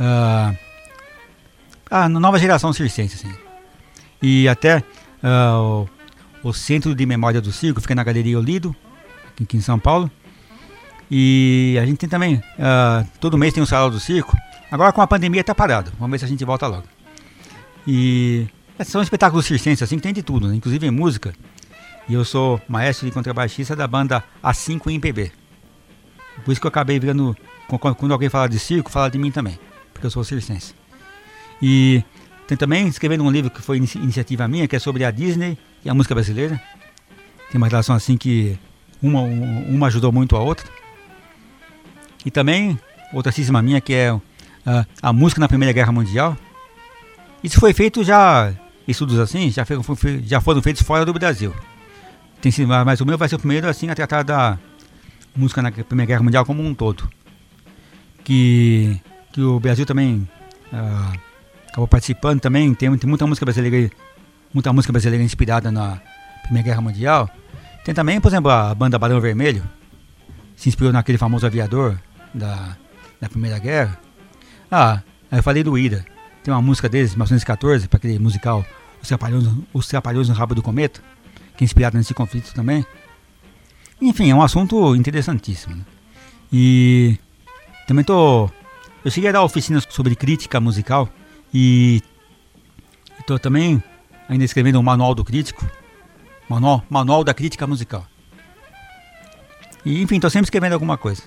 a nova geração circense, assim. E até o Centro de Memória do Circo fica na Galeria Olido, aqui em São Paulo. E a gente tem também, todo mês tem um salão do circo. Agora com a pandemia está parado, vamos ver se a gente volta logo. E são espetáculos circenses assim, que tem de tudo, né? Inclusive em música. E eu sou maestro e contrabaixista da banda A5 MPB. Por isso que eu acabei virando, quando alguém fala de circo, fala de mim também, porque eu sou circense. E tem também escrevendo um livro que foi iniciativa minha, que é sobre a Disney e a música brasileira. Tem uma relação assim que uma ajudou muito a outra. E também outra cisma minha, que é a música na Primeira Guerra Mundial. Isso foi feito já, estudos assim, já foram feitos fora do Brasil. Mas o meu vai ser o primeiro assim a tratar da música na Primeira Guerra Mundial como um todo. Que o Brasil também acabou participando também. Tem muita música brasileira inspirada na Primeira Guerra Mundial. Tem também, por exemplo, a banda Barão Vermelho, se inspirou naquele famoso aviador da Primeira Guerra. Eu falei do Ira. Tem uma música deles, 1914, para aquele musical Os Trapalhões no Rabo do Cometa, que é inspirado nesse conflito também. Enfim, é um assunto interessantíssimo, né? E também eu cheguei a dar oficinas sobre crítica musical e estou também ainda escrevendo um manual do crítico, manual da crítica musical. E enfim, tô sempre escrevendo alguma coisa.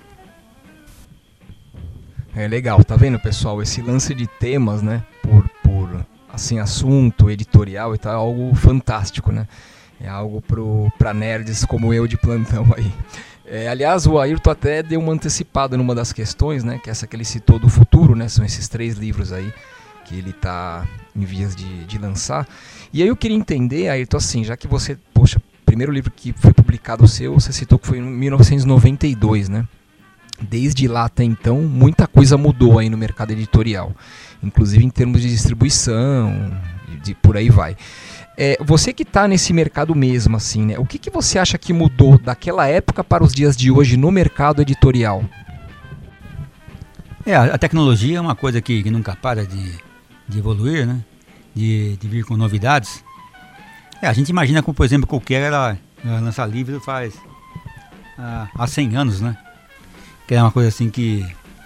É legal, tá vendo, pessoal? Esse lance de temas, né, por assim, assunto editorial e tal, é algo fantástico, né? É algo pra nerds como eu de plantão aí. Aliás, o Ayrton até deu uma antecipada numa das questões, né? Que é essa que ele citou do futuro, né? São esses 3 livros aí que ele tá em vias de lançar. E aí eu queria entender, Ayrton, assim, já que você, poxa, o primeiro livro que foi publicado seu, você citou que foi em 1992, né? Desde lá até então, muita coisa mudou aí no mercado editorial, inclusive em termos de distribuição, por aí vai. Você que está nesse mercado mesmo, assim, né? O que você acha que mudou daquela época para os dias de hoje no mercado editorial? A tecnologia é uma coisa que nunca para de evoluir, né? De vir com novidades. A gente imagina como, por exemplo, qualquer era lançar livro faz há 100 anos, né? Que era uma coisa assim que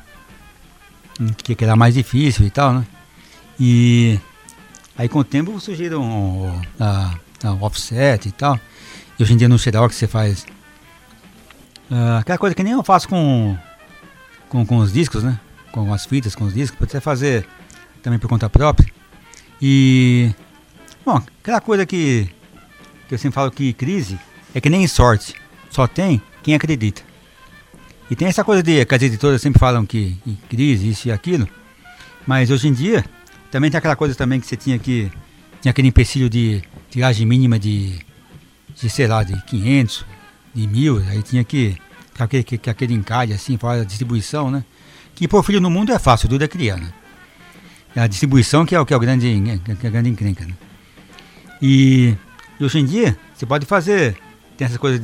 era mais difícil e tal, né? E aí com o tempo surgiram o offset e tal. E hoje em dia no Xerox você faz aquela coisa que nem eu faço com os discos, né? Com as fitas, com os discos, pode até fazer também por conta própria. E bom, aquela coisa que eu sempre falo que crise é que nem sorte, só tem quem acredita. E tem essa coisa que as editoras sempre falam que em crise, isso e aquilo, mas hoje em dia também tem aquela coisa também que você tinha aquele empecilho de tiragem mínima de sei lá, de 500, de 1000, aí tinha que aquele encalhe assim, fora da distribuição, né? Que pôr filho no mundo é fácil, tudo é criar, né? A distribuição que é o grande encrenca, né? E hoje em dia você pode fazer, tem essa coisa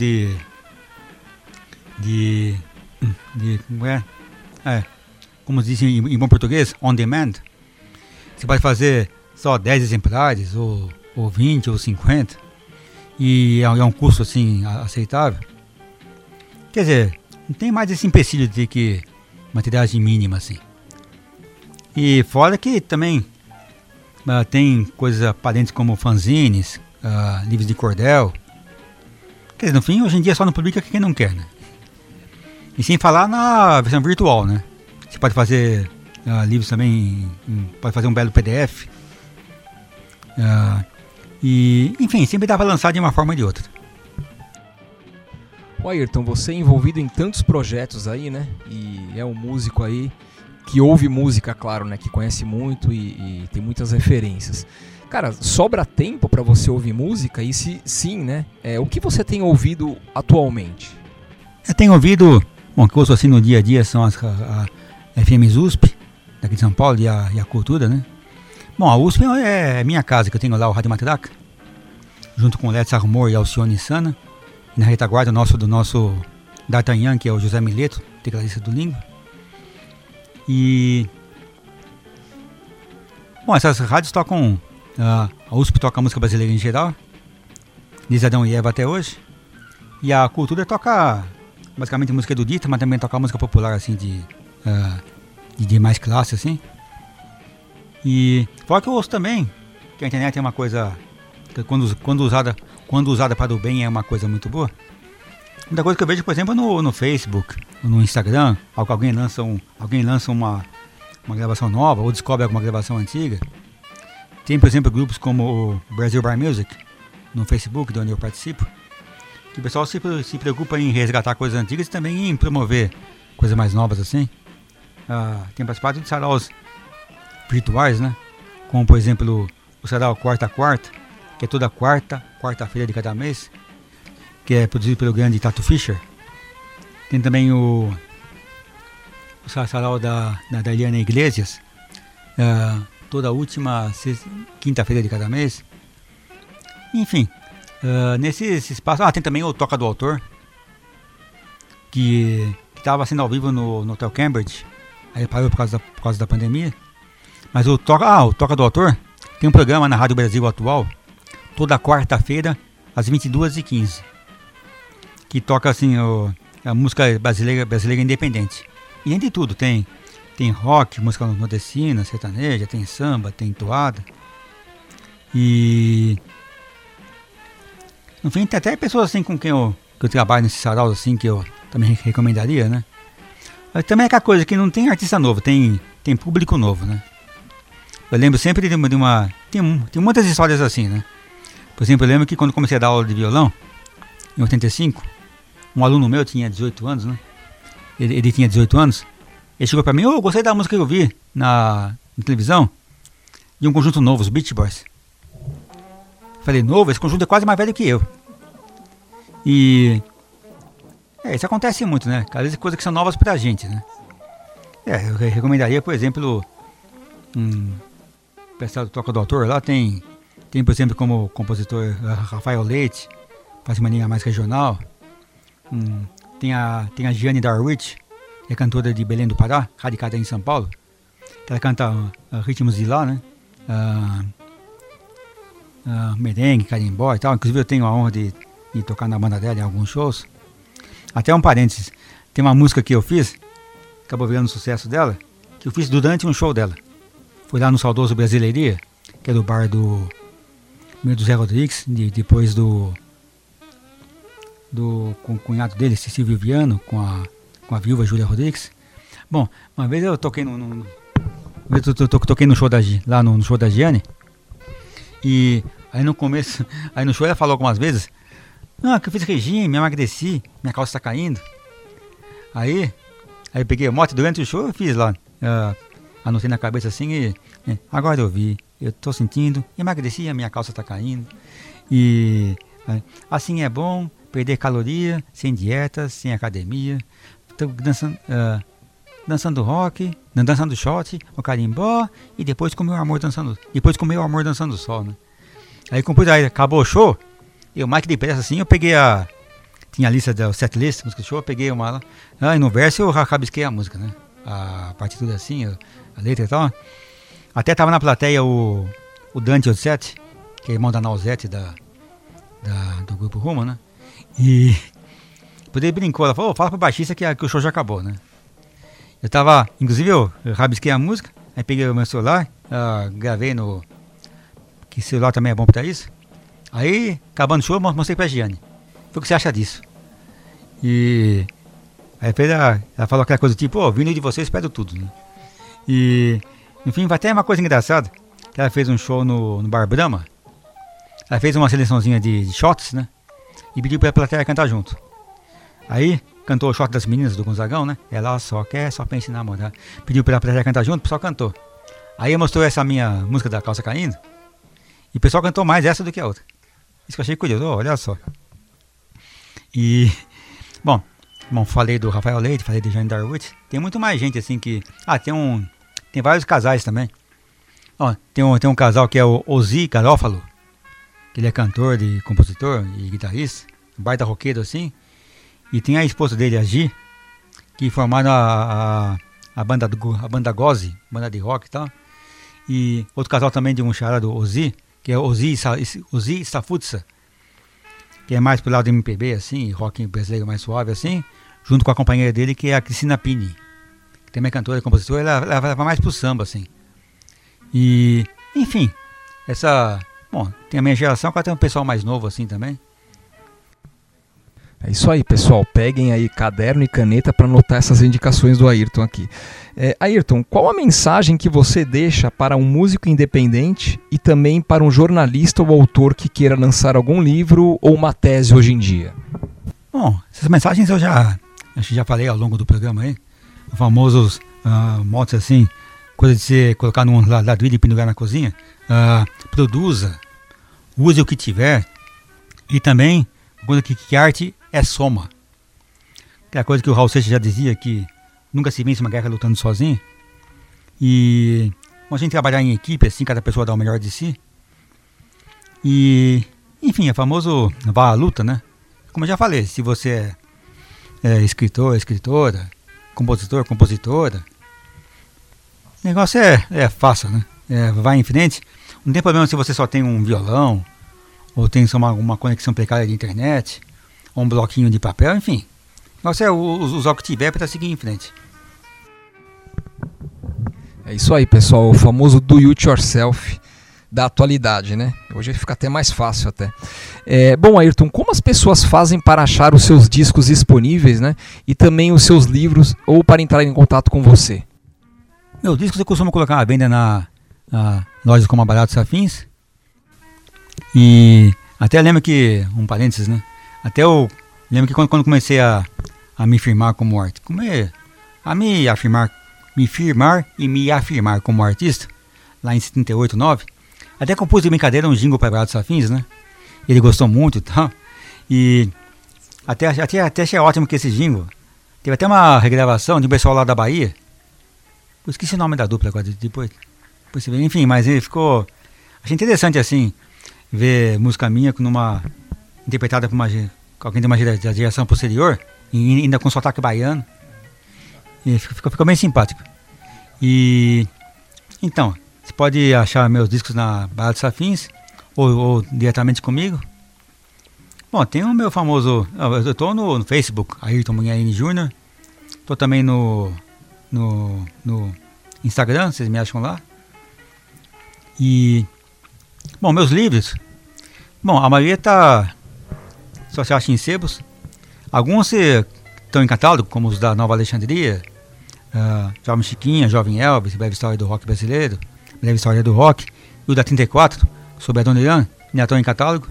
como se diz em bom português, on demand. Você pode fazer só 10 exemplares, ou 20, ou 50, e é um custo assim aceitável. Quer dizer, não tem mais esse empecilho de ter que uma tiragem mínima assim. E fora que também tem coisas aparentes como fanzines, livros de cordel. Quer dizer, no fim, hoje em dia só não publica quem não quer, né? E sem falar na versão virtual, né? Você pode fazer livros também, pode fazer um belo PDF. E, enfim, sempre dá para lançar de uma forma ou de outra. O Ayrton, você é envolvido em tantos projetos aí, né? E é um músico aí que ouve música, claro, né? Que conhece muito e tem muitas referências. Cara, sobra tempo para você ouvir música? E se sim, né? O que você tem ouvido atualmente? Eu tenho ouvido, bom, que eu ouço assim no dia a dia são as FMs USP, daqui de São Paulo, e a Cultura, né? Bom, a USP é minha casa, que eu tenho lá o Rádio Matraca, junto com o Let's Arrumor e Alcione Sana. E na retaguarda do nosso D'Artagnan, que é o José Mileto, tecladista do Língua. E bom, essas rádios tocam, a USP toca música brasileira em geral, desde Adão e Eva até hoje. E a Cultura toca basicamente música erudita, mas também toca música popular assim de mais classe assim. E fora que eu ouço também que a internet é uma coisa que quando usada para o bem é uma coisa muito boa. Muita coisa que eu vejo, por exemplo, no Facebook, no Instagram, alguém lança uma gravação nova ou descobre alguma gravação antiga. Tem, por exemplo, grupos como o Brasil Bar Music no Facebook, de onde eu participo, que o pessoal se preocupa em resgatar coisas antigas e também em promover coisas mais novas assim. Tem participado de saraus virtuais, né? Como, por exemplo, o sarau Quarta, que é toda quarta-feira de cada mês, que é produzido pelo grande Tato Fischer. Tem também o sarau da Eliana Iglesias, toda última quinta-feira de cada mês. Enfim, nesse espaço... tem também o Toca do Autor, que estava sendo ao vivo no Hotel Cambridge, aí parou por causa da pandemia. Mas o Toca do Autor tem um programa na Rádio Brasil Atual, toda quarta-feira, às 22h15, que toca assim a música brasileira independente. E tem de tudo, tem rock, música nordestina, sertaneja, tem samba, tem toada. E no fim tem até pessoas assim com quem eu trabalho nesse sarau assim, que eu também recomendaria, né? Mas também é aquela coisa que não tem artista novo, tem público novo, né? Eu lembro sempre de uma... Tem muitas histórias assim, né? Por exemplo, eu lembro que quando comecei a dar aula de violão, em 85, um aluno meu tinha 18 anos, né? Ele tinha 18 anos. Ele chegou pra mim, eu gostei da música que eu vi na televisão, de um conjunto novo, os Beach Boys. Falei, novo? Esse conjunto é quase mais velho que eu. E... isso acontece muito, né? Às vezes coisas que são novas pra gente, né? Eu recomendaria, por exemplo, o pessoal do Toca do Autor lá tem, por exemplo, como compositor Rafael Leite, faz uma linha mais regional. Tem a Giane Darwich, que é cantora de Belém do Pará, radicada em São Paulo. Ela canta ritmos de lá, né? Merengue, carimbó e tal. Inclusive eu tenho a honra de tocar na banda dela em alguns shows. Até um parênteses, tem uma música que eu fiz, acabou virando sucesso dela, que eu fiz durante um show dela. Foi lá no saudoso Brasileiria, que é do bar do Zé Rodrigues, depois com o cunhado dele, Silvio Viano, com a viúva Júlia Rodrigues. Bom, uma vez eu toquei toquei no show lá no show da Giane, e aí no começo, aí no show ela falou algumas vezes, que eu fiz regime, emagreci, minha calça está caindo. Aí eu peguei a moto durante o show, eu fiz lá, anotei na cabeça assim e agora eu vi, eu tô sentindo, emagreci, a minha calça está caindo. E assim é bom, perder caloria, sem dieta, sem academia, tô dançando rock, dançando shot, o carimbó, e depois comer o amor dançando sol, né? Aí acabou o show, eu mais que depressa assim, eu peguei tinha a lista da setlist, música do show, eu peguei uma lá, e no verso eu rabisquei a música, né? A partitura assim, a letra e tal. Até tava na plateia o Dante Ozzetti, que é irmão da Nausete do grupo Rumo, né? E ele brincou, ela falou, fala pro baixista que o show já acabou, né? Eu tava, inclusive eu rabisquei a música, aí peguei o meu celular, gravei que celular também é bom pra isso. Aí, acabando o show, mostrei pra Giane. O que você acha disso? E aí ela falou aquela coisa tipo, vindo de vocês, peço tudo, né? E, enfim, vai até uma coisa engraçada, que ela fez um show no Bar Brahma. Ela fez uma seleçãozinha de shots, né? E pediu pra plateia cantar junto. Aí, cantou o shot das meninas do Gonzagão, né? Ela só pensa em namorar. Pediu pra plateia cantar junto, o pessoal cantou. Aí mostrou essa minha música da calça caindo. E o pessoal cantou mais essa do que a outra. Isso que eu achei curioso, olha só. E, bom, falei do Rafael Leite, falei de Giane Darwich. Tem muito mais gente assim que... tem vários casais também. Tem um casal que é o Ozzy Garófalo, que ele é cantor, compositor e guitarrista, baita roqueiro assim. E tem a esposa dele, a Gi, que formaram a banda Gozi, banda de rock e tal. E outro casal também de um charado Ozzy, que é Ozzy Stafutsa, que é mais pro lado do MPB, assim, rock brasileiro mais suave, assim, junto com a companheira dele, que é a Cristina Pini, que também é cantora e compositora, ela vai mais pro samba, assim. E, enfim, tem a minha geração, agora tem um pessoal mais novo, assim, também. É isso aí, pessoal. Peguem aí caderno e caneta para anotar essas indicações do Ayrton aqui. Ayrton, qual a mensagem que você deixa para um músico independente e também para um jornalista ou autor que queira lançar algum livro ou uma tese hoje em dia? Bom, essas mensagens eu já falei ao longo do programa aí. Os famosos motos assim, coisa de você colocar num ladrilho e pendurar na cozinha. Produza, use o que tiver. E também, coisa que arte é soma. Aquela coisa que o Raul Seixas já dizia, que nunca se vence uma guerra lutando sozinho. E a gente trabalhar em equipe, assim, cada pessoa dá o melhor de si. E, enfim, é famoso vá à luta, né? Como eu já falei, se você é escritor, escritora, compositor, compositora, o negócio é fácil, né? Vai em frente. Não tem problema se você só tem um violão, ou tem só uma conexão precária de internet, ou um bloquinho de papel, enfim. O negócio é usar o que tiver para seguir em frente. É isso aí, pessoal. O famoso do it yourself. da atualidade, né? Hoje fica até mais fácil até. Bom, Ayrton, como as pessoas fazem para achar os seus discos disponíveis, né? E também os seus livros, ou para entrar em contato com você? Meus discos eu costumo colocar à venda na lojas como a Baratos Afins. E até lembro que, um parênteses, né? Até eu lembro que quando comecei a me firmar como artista, me afirmar como artista, lá em 78, 9, até compus de brincadeira um jingle para Baratos Afins, né? Ele gostou muito e tal. E até achei ótimo que esse jingle teve até uma regravação de um pessoal lá da Bahia. Eu esqueci o nome da dupla agora, depois você vê. Enfim, mas ele ficou... Achei interessante, assim, ver música minha interpretada por alguém de uma geração posterior, e ainda com sotaque baiano. E ficou bem simpático. E... Então, você pode achar meus discos na Baratos Afins, ou diretamente comigo. Bom, tem o meu famoso... Eu estou no Facebook, Ayrton Munhaine Jr. Estou também no Instagram, vocês me acham lá. E... Bom, meus livros... Bom, a maioria só se acha em sebos. Alguns estão em catálogo, como os da Nova Alexandria, Jovem Chiquinha, Jovem Elvis, Breve História do Rock Brasileiro, Breve História do Rock, e o da 34, sobre a Dona Irã, ainda estão em catálogo.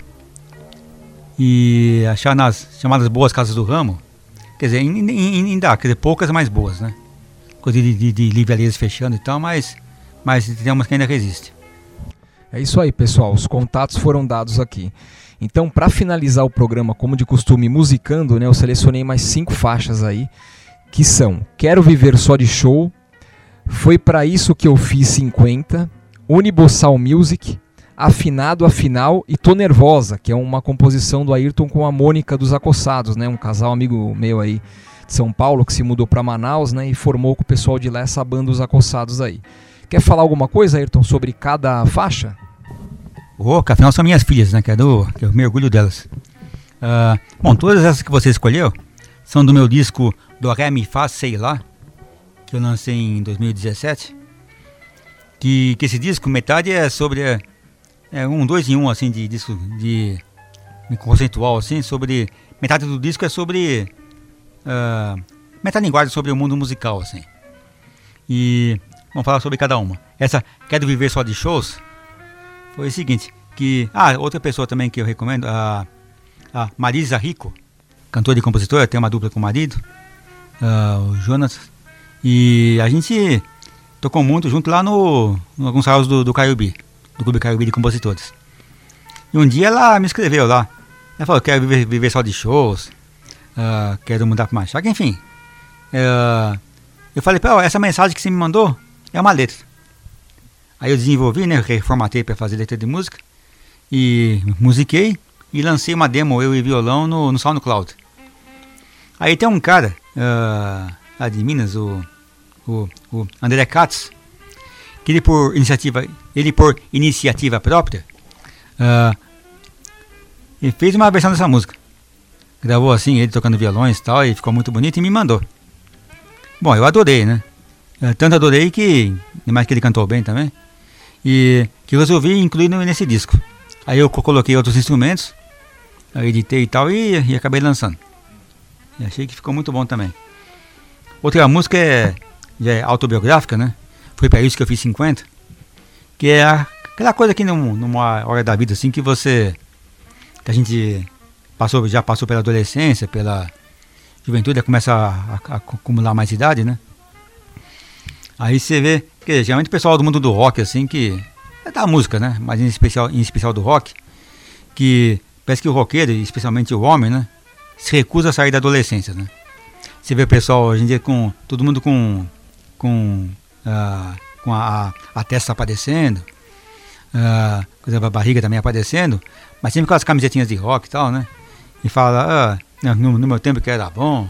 E achar nas chamadas Boas Casas do Ramo, quer dizer, ainda, quer dizer, poucas, mas boas, né? Coisa de livrarias fechando e tal, mas tem umas que ainda resistem. É isso aí, pessoal, os contatos foram dados aqui. Então, para finalizar o programa, como de costume, musicando, né, eu selecionei mais 5 faixas aí, que são Quero Viver Só de Show, Foi Pra Isso Que Eu Fiz 50, Unibossal Music, Afinado, Afinal e Tô Nervosa, que é uma composição do Ayrton com a Mônica dos Acossados, né, um casal amigo meu aí de São Paulo que se mudou para Manaus, né, e formou com o pessoal de lá essa banda Os Acossados aí. Quer falar alguma coisa, Ayrton, sobre cada faixa? Afinal são minhas filhas, né? Que eu me orgulho delas. Bom, todas essas que você escolheu são do meu disco Do Ré Mi Fá Sei Lá, que eu lancei em 2017. Que esse disco, metade é sobre... um 2 em 1, assim, de disco de conceitual, assim, sobre... Metade do disco é sobre... metalinguagem sobre o mundo musical, assim. E vamos falar sobre cada uma. Essa Quero Viver Só de Shows foi o seguinte, que... outra pessoa também que eu recomendo, a Marisa Rico, cantora e compositora, tem uma dupla com o marido, o Jonas, e a gente tocou muito junto lá no alguns salas do Caiubi, do Clube Caiubi de Compositores. E um dia ela me escreveu lá, ela falou, quero viver só de shows, quero mudar para Machaca, enfim. Eu falei pra ela, essa mensagem que você me mandou é uma letra. Aí eu desenvolvi, né, reformatei para fazer letra de música, e musiquei, e lancei uma demo, eu e violão, no SoundCloud. Aí tem um cara, lá de Minas, o André Katz, que ele por iniciativa própria, ele fez uma versão dessa música. Gravou assim, ele tocando violões e tal, e ficou muito bonito e me mandou. Bom, eu adorei, né? Tanto adorei que, mais que ele cantou bem também, e que eu resolvi incluir nesse disco. Aí eu coloquei outros instrumentos, eu editei e tal, e acabei lançando. E achei que ficou muito bom também. Outra música já é autobiográfica, né? Foi Pra Isso Que Eu Fiz 50, que é aquela coisa que numa hora da vida assim que a gente já passou pela adolescência, pela juventude, começa a acumular mais idade, né? Aí você vê que geralmente o pessoal do mundo do rock, assim, que é da música, né? Mas em especial do rock, que parece que o roqueiro, especialmente o homem, né, se recusa a sair da adolescência, né? Você vê o pessoal hoje em dia todo mundo com a testa aparecendo, a barriga também aparecendo, mas sempre com as camisetinhas de rock e tal, né? E fala, no meu tempo que era bom.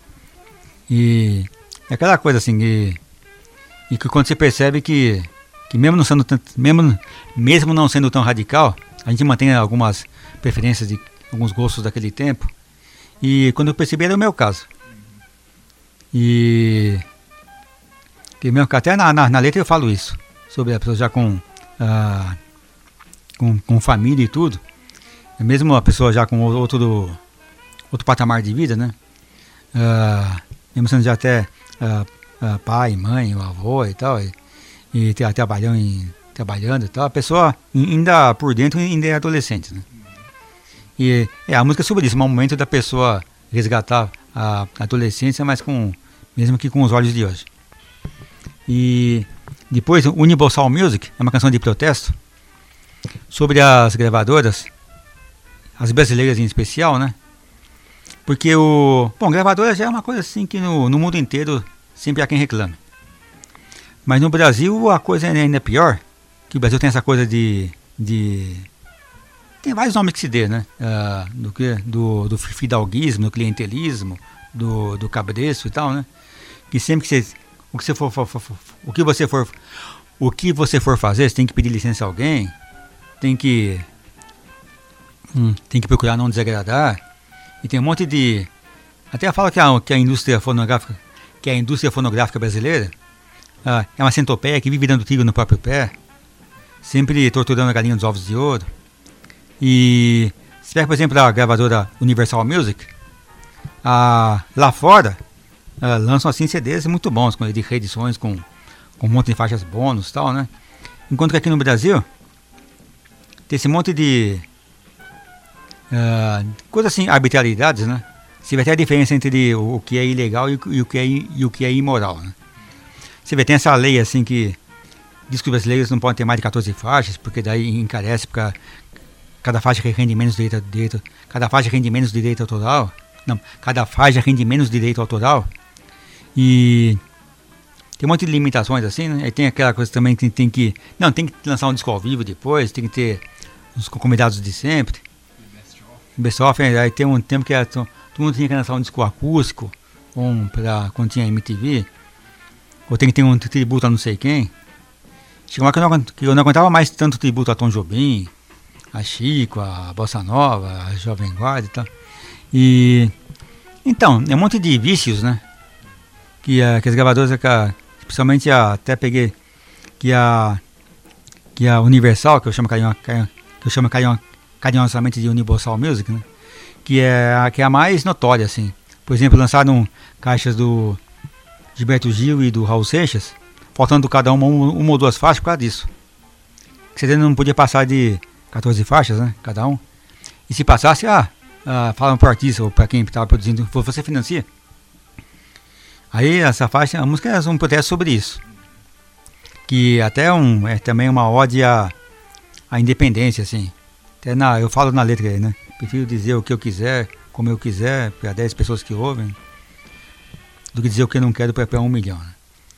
E é aquela coisa assim, e que quando você percebe que mesmo não sendo tão radical, a gente mantém algumas preferências de alguns gostos daquele tempo. E quando eu percebi, era o meu caso. E até na letra eu falo isso, sobre a pessoa já com com família e tudo, mesmo a pessoa já com outro patamar de vida, né? Mesmo sendo já até pai, mãe, avô e tal, e trabalhando e tal, a pessoa ainda por dentro ainda é adolescente, né? E a música é sobre isso, é um momento da pessoa resgatar a adolescência, mas mesmo que com os olhos de hoje. E depois, Universal Music é uma canção de protesto sobre as gravadoras, as brasileiras em especial, né? Porque gravadora já é uma coisa assim que no mundo inteiro sempre há quem reclame. Mas no Brasil a coisa ainda é pior, que o Brasil tem essa coisa tem vários nomes que se dê, né? Do fidalguismo, do clientelismo, do cabresto e tal, né? Que sempre que o que você for fazer, você tem que pedir licença a alguém, tem que procurar não desagradar, e tem um monte de... Até fala que a indústria fonográfica brasileira é uma centopeia que vive dando tiro no próprio pé, sempre torturando a galinha dos ovos de ouro. E se pega, por exemplo, a gravadora Universal Music, lá fora lançam assim CDs muito bons, de reedições com um monte de faixas bônus e tal, né? Enquanto que aqui no Brasil tem esse monte de coisas assim, arbitrariedades, né? Você vê até a diferença entre o que é ilegal e o que é imoral, né? Você vê, tem essa lei assim que diz que os brasileiros não podem ter mais de 14 faixas, porque daí encarece, porque cada faixa rende menos direito, cada faixa rende menos direito autoral. Não, cada faixa rende menos direito autoral. E tem um monte de limitações assim, né? Aí tem aquela coisa também que tem que lançar um disco ao vivo depois, tem que ter os convidados de sempre. Best-of, aí tem um tempo que todo mundo tinha que lançar um disco acústico, quando tinha MTV, ou tem que ter um tributo a não sei quem. Chegou uma que eu não aguentava mais tanto tributo a Tom Jobim, a Chico, a Bossa Nova, a Jovem Guarda e tal. E então, é um monte de vícios, né? Que as gravadoras, principalmente até peguei que a Universal, que eu chamo carinhosamente de Universal Music, né? Que é a mais notória, assim. Por exemplo, lançaram caixas do Gilberto Gil e do Raul Seixas, faltando cada uma ou duas faixas por causa disso. Que você não podia passar de 14 faixas, né? Cada um. E se passasse, falavam para o artista ou para quem estava produzindo, você financia. Aí essa faixa, a música é um protesto sobre isso. Que até é também uma ode à independência, assim. Até eu falo na letra aí, né? Prefiro dizer o que eu quiser, como eu quiser, para 10 pessoas que ouvem, do que dizer o que eu não quero para 1 milhão. Né?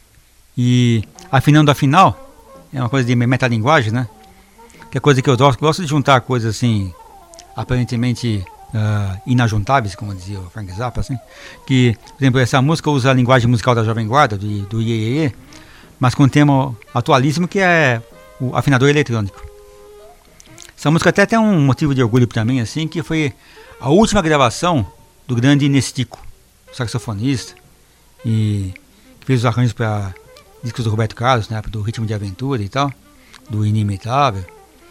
E afinando a final, é uma coisa de metalinguagem, né? Que é coisa que eu gosto de juntar coisas assim, aparentemente inajuntáveis, como dizia o Frank Zappa, assim. Que, por exemplo, essa música usa a linguagem musical da Jovem Guarda, do Iê, mas com um tema atualíssimo que é o afinador eletrônico. Essa música até tem um motivo de orgulho para mim, assim, que foi a última gravação do grande Nestico, saxofonista, e que fez os arranjos para discos do Roberto Carlos, né, do Ritmo de Aventura e tal, do Inimitável.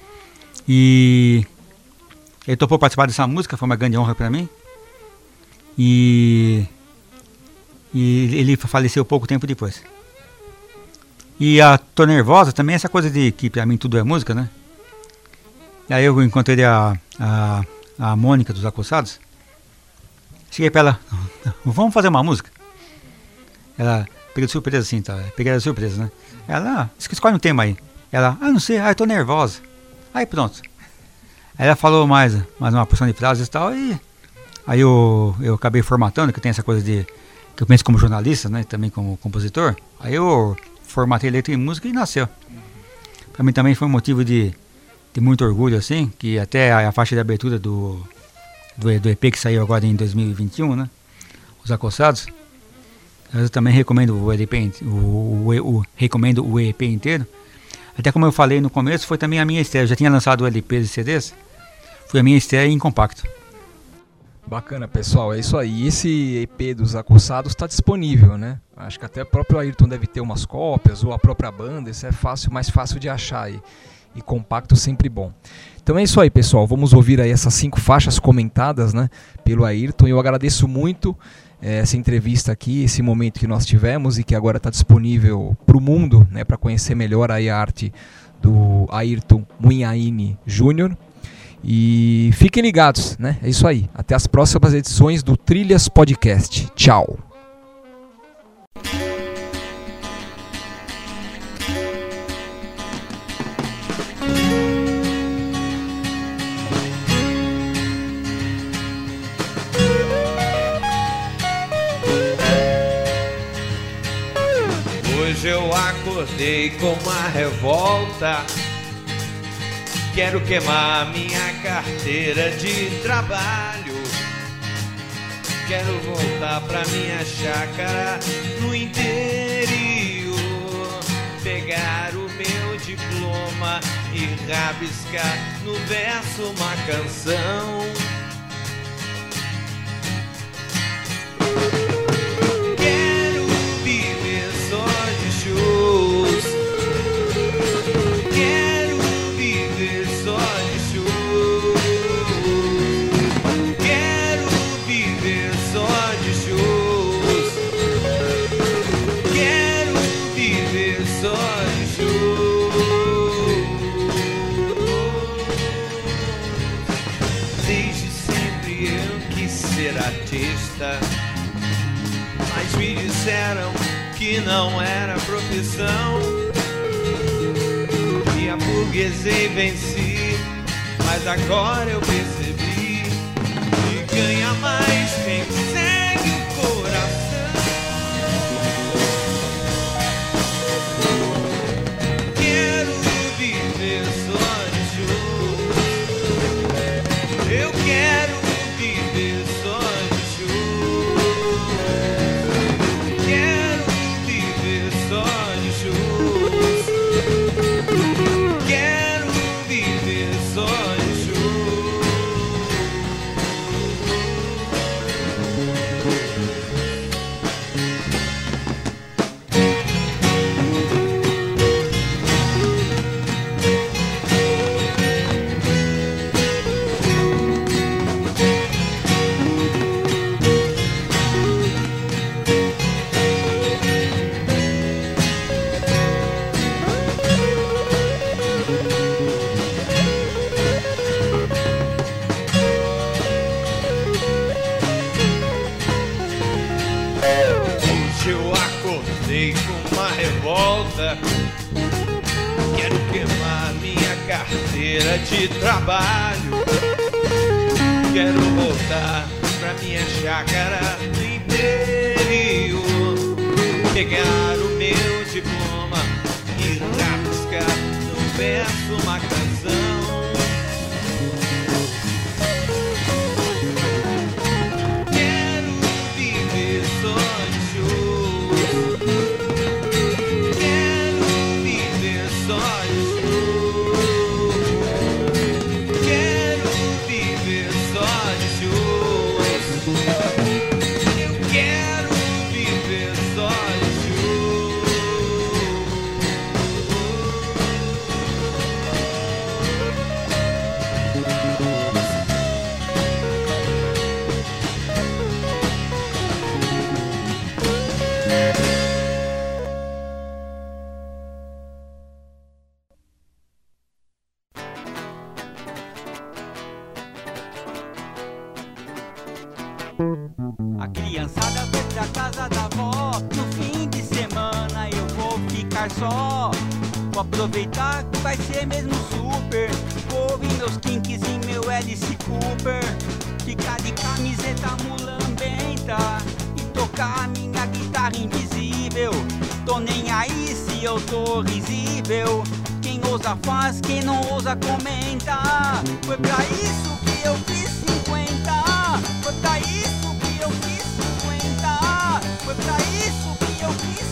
E ele topou participar dessa música, foi uma grande honra para mim. E ele faleceu pouco tempo depois. E a Tô Nervosa também, essa coisa de que para mim tudo é música, né? E aí eu encontrei a Mônica dos Acossados. Cheguei pra ela, vamos fazer uma música? Ela pegou de surpresa assim, tá? Peguei ela de surpresa, né? Ela, escolhe um tema aí. Ela, não sei, eu tô nervosa. Aí pronto. Aí ela falou mais uma porção de frases e tal, e aí eu acabei formatando, que tem essa coisa de que eu penso como jornalista, né? Também como compositor. Aí eu formatei letra e música e nasceu. Pra mim também foi um motivo de muito orgulho, assim, que até a faixa de abertura do EP que saiu agora em 2021, né? Os Acossados. Eu também recomendo recomendo o EP inteiro. Até como eu falei no começo, foi também a minha estreia. Eu já tinha lançado LPs e CDs. Foi a minha estreia em compacto. Bacana, pessoal, é isso aí. Esse EP dos Acossados está disponível, né? Acho que até o próprio Ayrton deve ter umas cópias, ou a própria banda. Isso é mais fácil de achar aí. e compacto sempre bom. Então é isso aí, pessoal. Vamos ouvir aí essas 5 faixas comentadas, né, pelo Ayrton. Eu agradeço muito essa entrevista aqui, esse momento que nós tivemos e que agora está disponível para o mundo, né, para conhecer melhor aí a arte do Ayrton Munhaine Júnior. E fiquem ligados, né? É isso aí. Até as próximas edições do Trilhas Podcast. Tchau! Hoje eu acordei com uma revolta. Quero queimar minha carteira de trabalho. Quero voltar pra minha chácara no interior, pegar o meu diploma e rabiscar no verso uma canção. Quero viver só de shows. Quero viver só de shows. Quero viver só de shows. Quero viver só de shows. Desde sempre eu quis ser artista, mas me disseram que não era profissão. Me aburguesei e venci, mas agora eu percebi que ganha mais quem segue o coração. Quero viver só de shows. Eu quero viver só de shows. Quero viver só de shows. Quero viver só de shows. Hoje eu acordei com uma revolta. Quero queimar minha carteira de trabalho. Quero voltar pra minha chácara no interior, pegar o meu diploma e rabiscar no verso uma canção. Quero viver só de shows. Quero viver só de shows. Quero viver só de shows. Eu quero viver só de shows. A criançada vai pra casa da avó. No fim de semana eu vou ficar só. Vou aproveitar que vai ser mesmo super. Vou ouvir meus kinks em meu Alice Cooper. Ficar de camiseta mulambenta e tocar minha guitarra invisível. Tô nem aí se eu tô risível. Quem ousa faz, quem não ousa comenta. Foi pra isso que eu fiz 50. Foi pra isso que eu fiz 50. Foi pra isso que eu fiz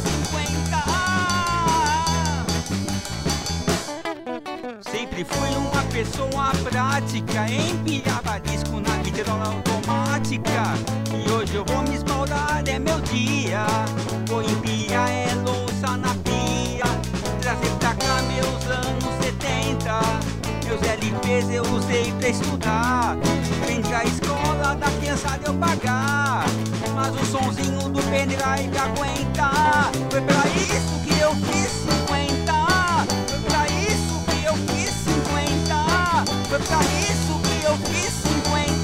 50. Sempre fui uma pessoa prática. Empilhava disco na vitrola automática. E hoje eu vou me esbaldar, é meu dia. Vou empilhar louça na pia. Trazer pra cá meus anos 70. vezes eu usei pra estudar. Entre a escola da criançada eu pagar, mas o sonzinho do pendrive aguentar. Foi pra isso que eu fiz 50. Foi pra isso que eu fiz 50. Foi pra isso que eu fiz 50.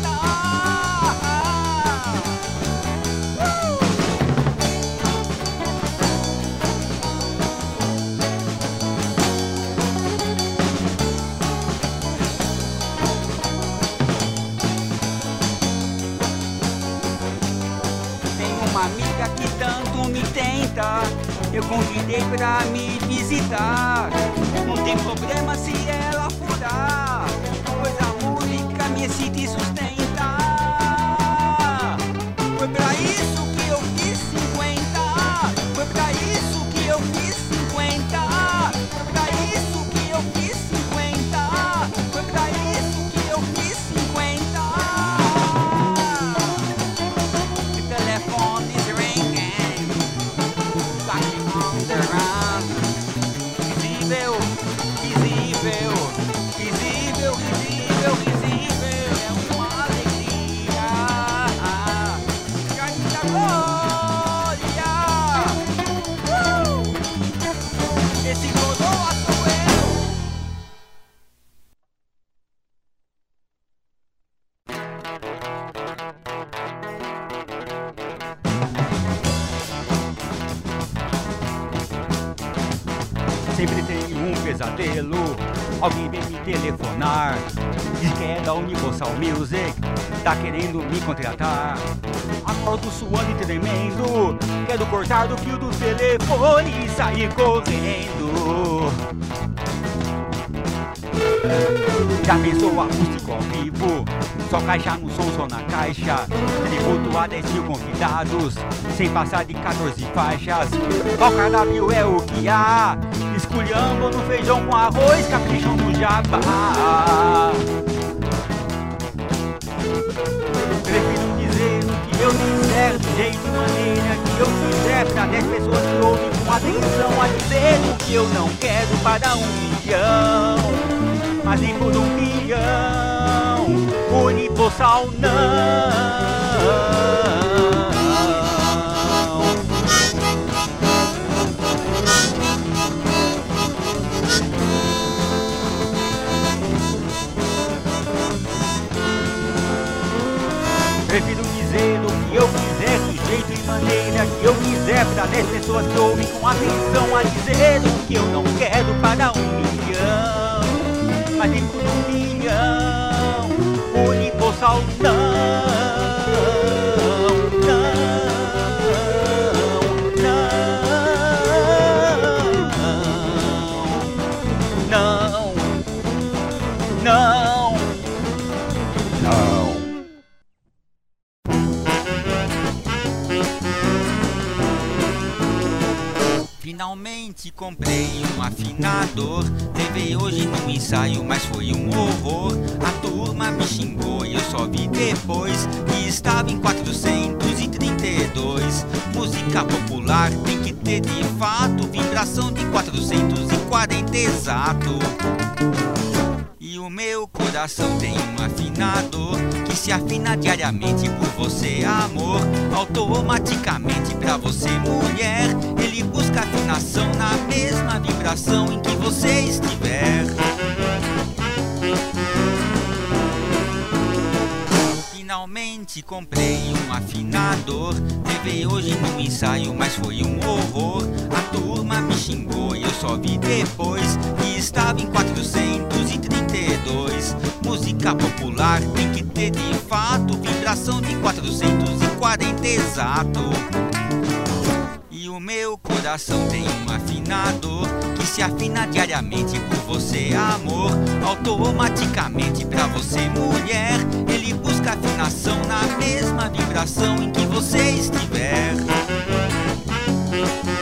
Uma amiga que tanto me tenta, eu convidei pra me visitar. Não tem problema se ela furar, pois a música me excita e sustenta. Foi pra isso que eu fiz 50. Foi pra isso que eu fiz 50. Foi pra isso que eu fiz 50. Foi pra isso que eu fiz 50. Visível, visível, visível, visível, visível, é uma alegria. Carta glória. Esse coroa sou eu. Sempre tenho um pesadelo, alguém vem me telefonar, diz que é da Universal Music, tá querendo me contratar. Acordo suando e tremendo, quero cortar o fio do telefone e sair correndo. Já pensou acústico ao vivo? Só caixa no som, só na caixa. Tributo a 10 mil convidados, sem passar de 14 faixas. Qual cardápio é o que há? Esculhamba no feijão com arroz, capricham no jabá. Prefiro dizer o que eu quiser, do jeito e maneira que eu quiser, pra 10 pessoas que ouvem com atenção, a dizer o que eu não quero para 1 milhão. Mas nem por 1 milhão, Universal não. Prefiro dizer o que eu quiser, do jeito e maneira que eu quiser, pra 10 pessoas que ouvem com atenção, a dizer o que eu não quero para 1 milhão. Mas nem por 1 milhão, Universal não. Finalmente comprei um afinador, levei hoje no ensaio, mas foi um horror. A turma me xingou e eu só vi depois que estava em 432. Música popular tem que ter de fato vibração de 440 exato. E o meu coração tem um afinador que se afina diariamente por você, amor. Automaticamente pra você, mulher, ele busca afinação na mesma vibração em que você estiver. Finalmente comprei um afinador, levei hoje no ensaio, mas foi um horror. A turma me xingou e eu só vi depois que estava em 432. Música popular tem que ter de fato vibração de 440 exato. E o meu coração tem um afinador que se afina diariamente por você, amor. Automaticamente pra você, mulher, ele busca afinação na mesma vibração em que você estiver.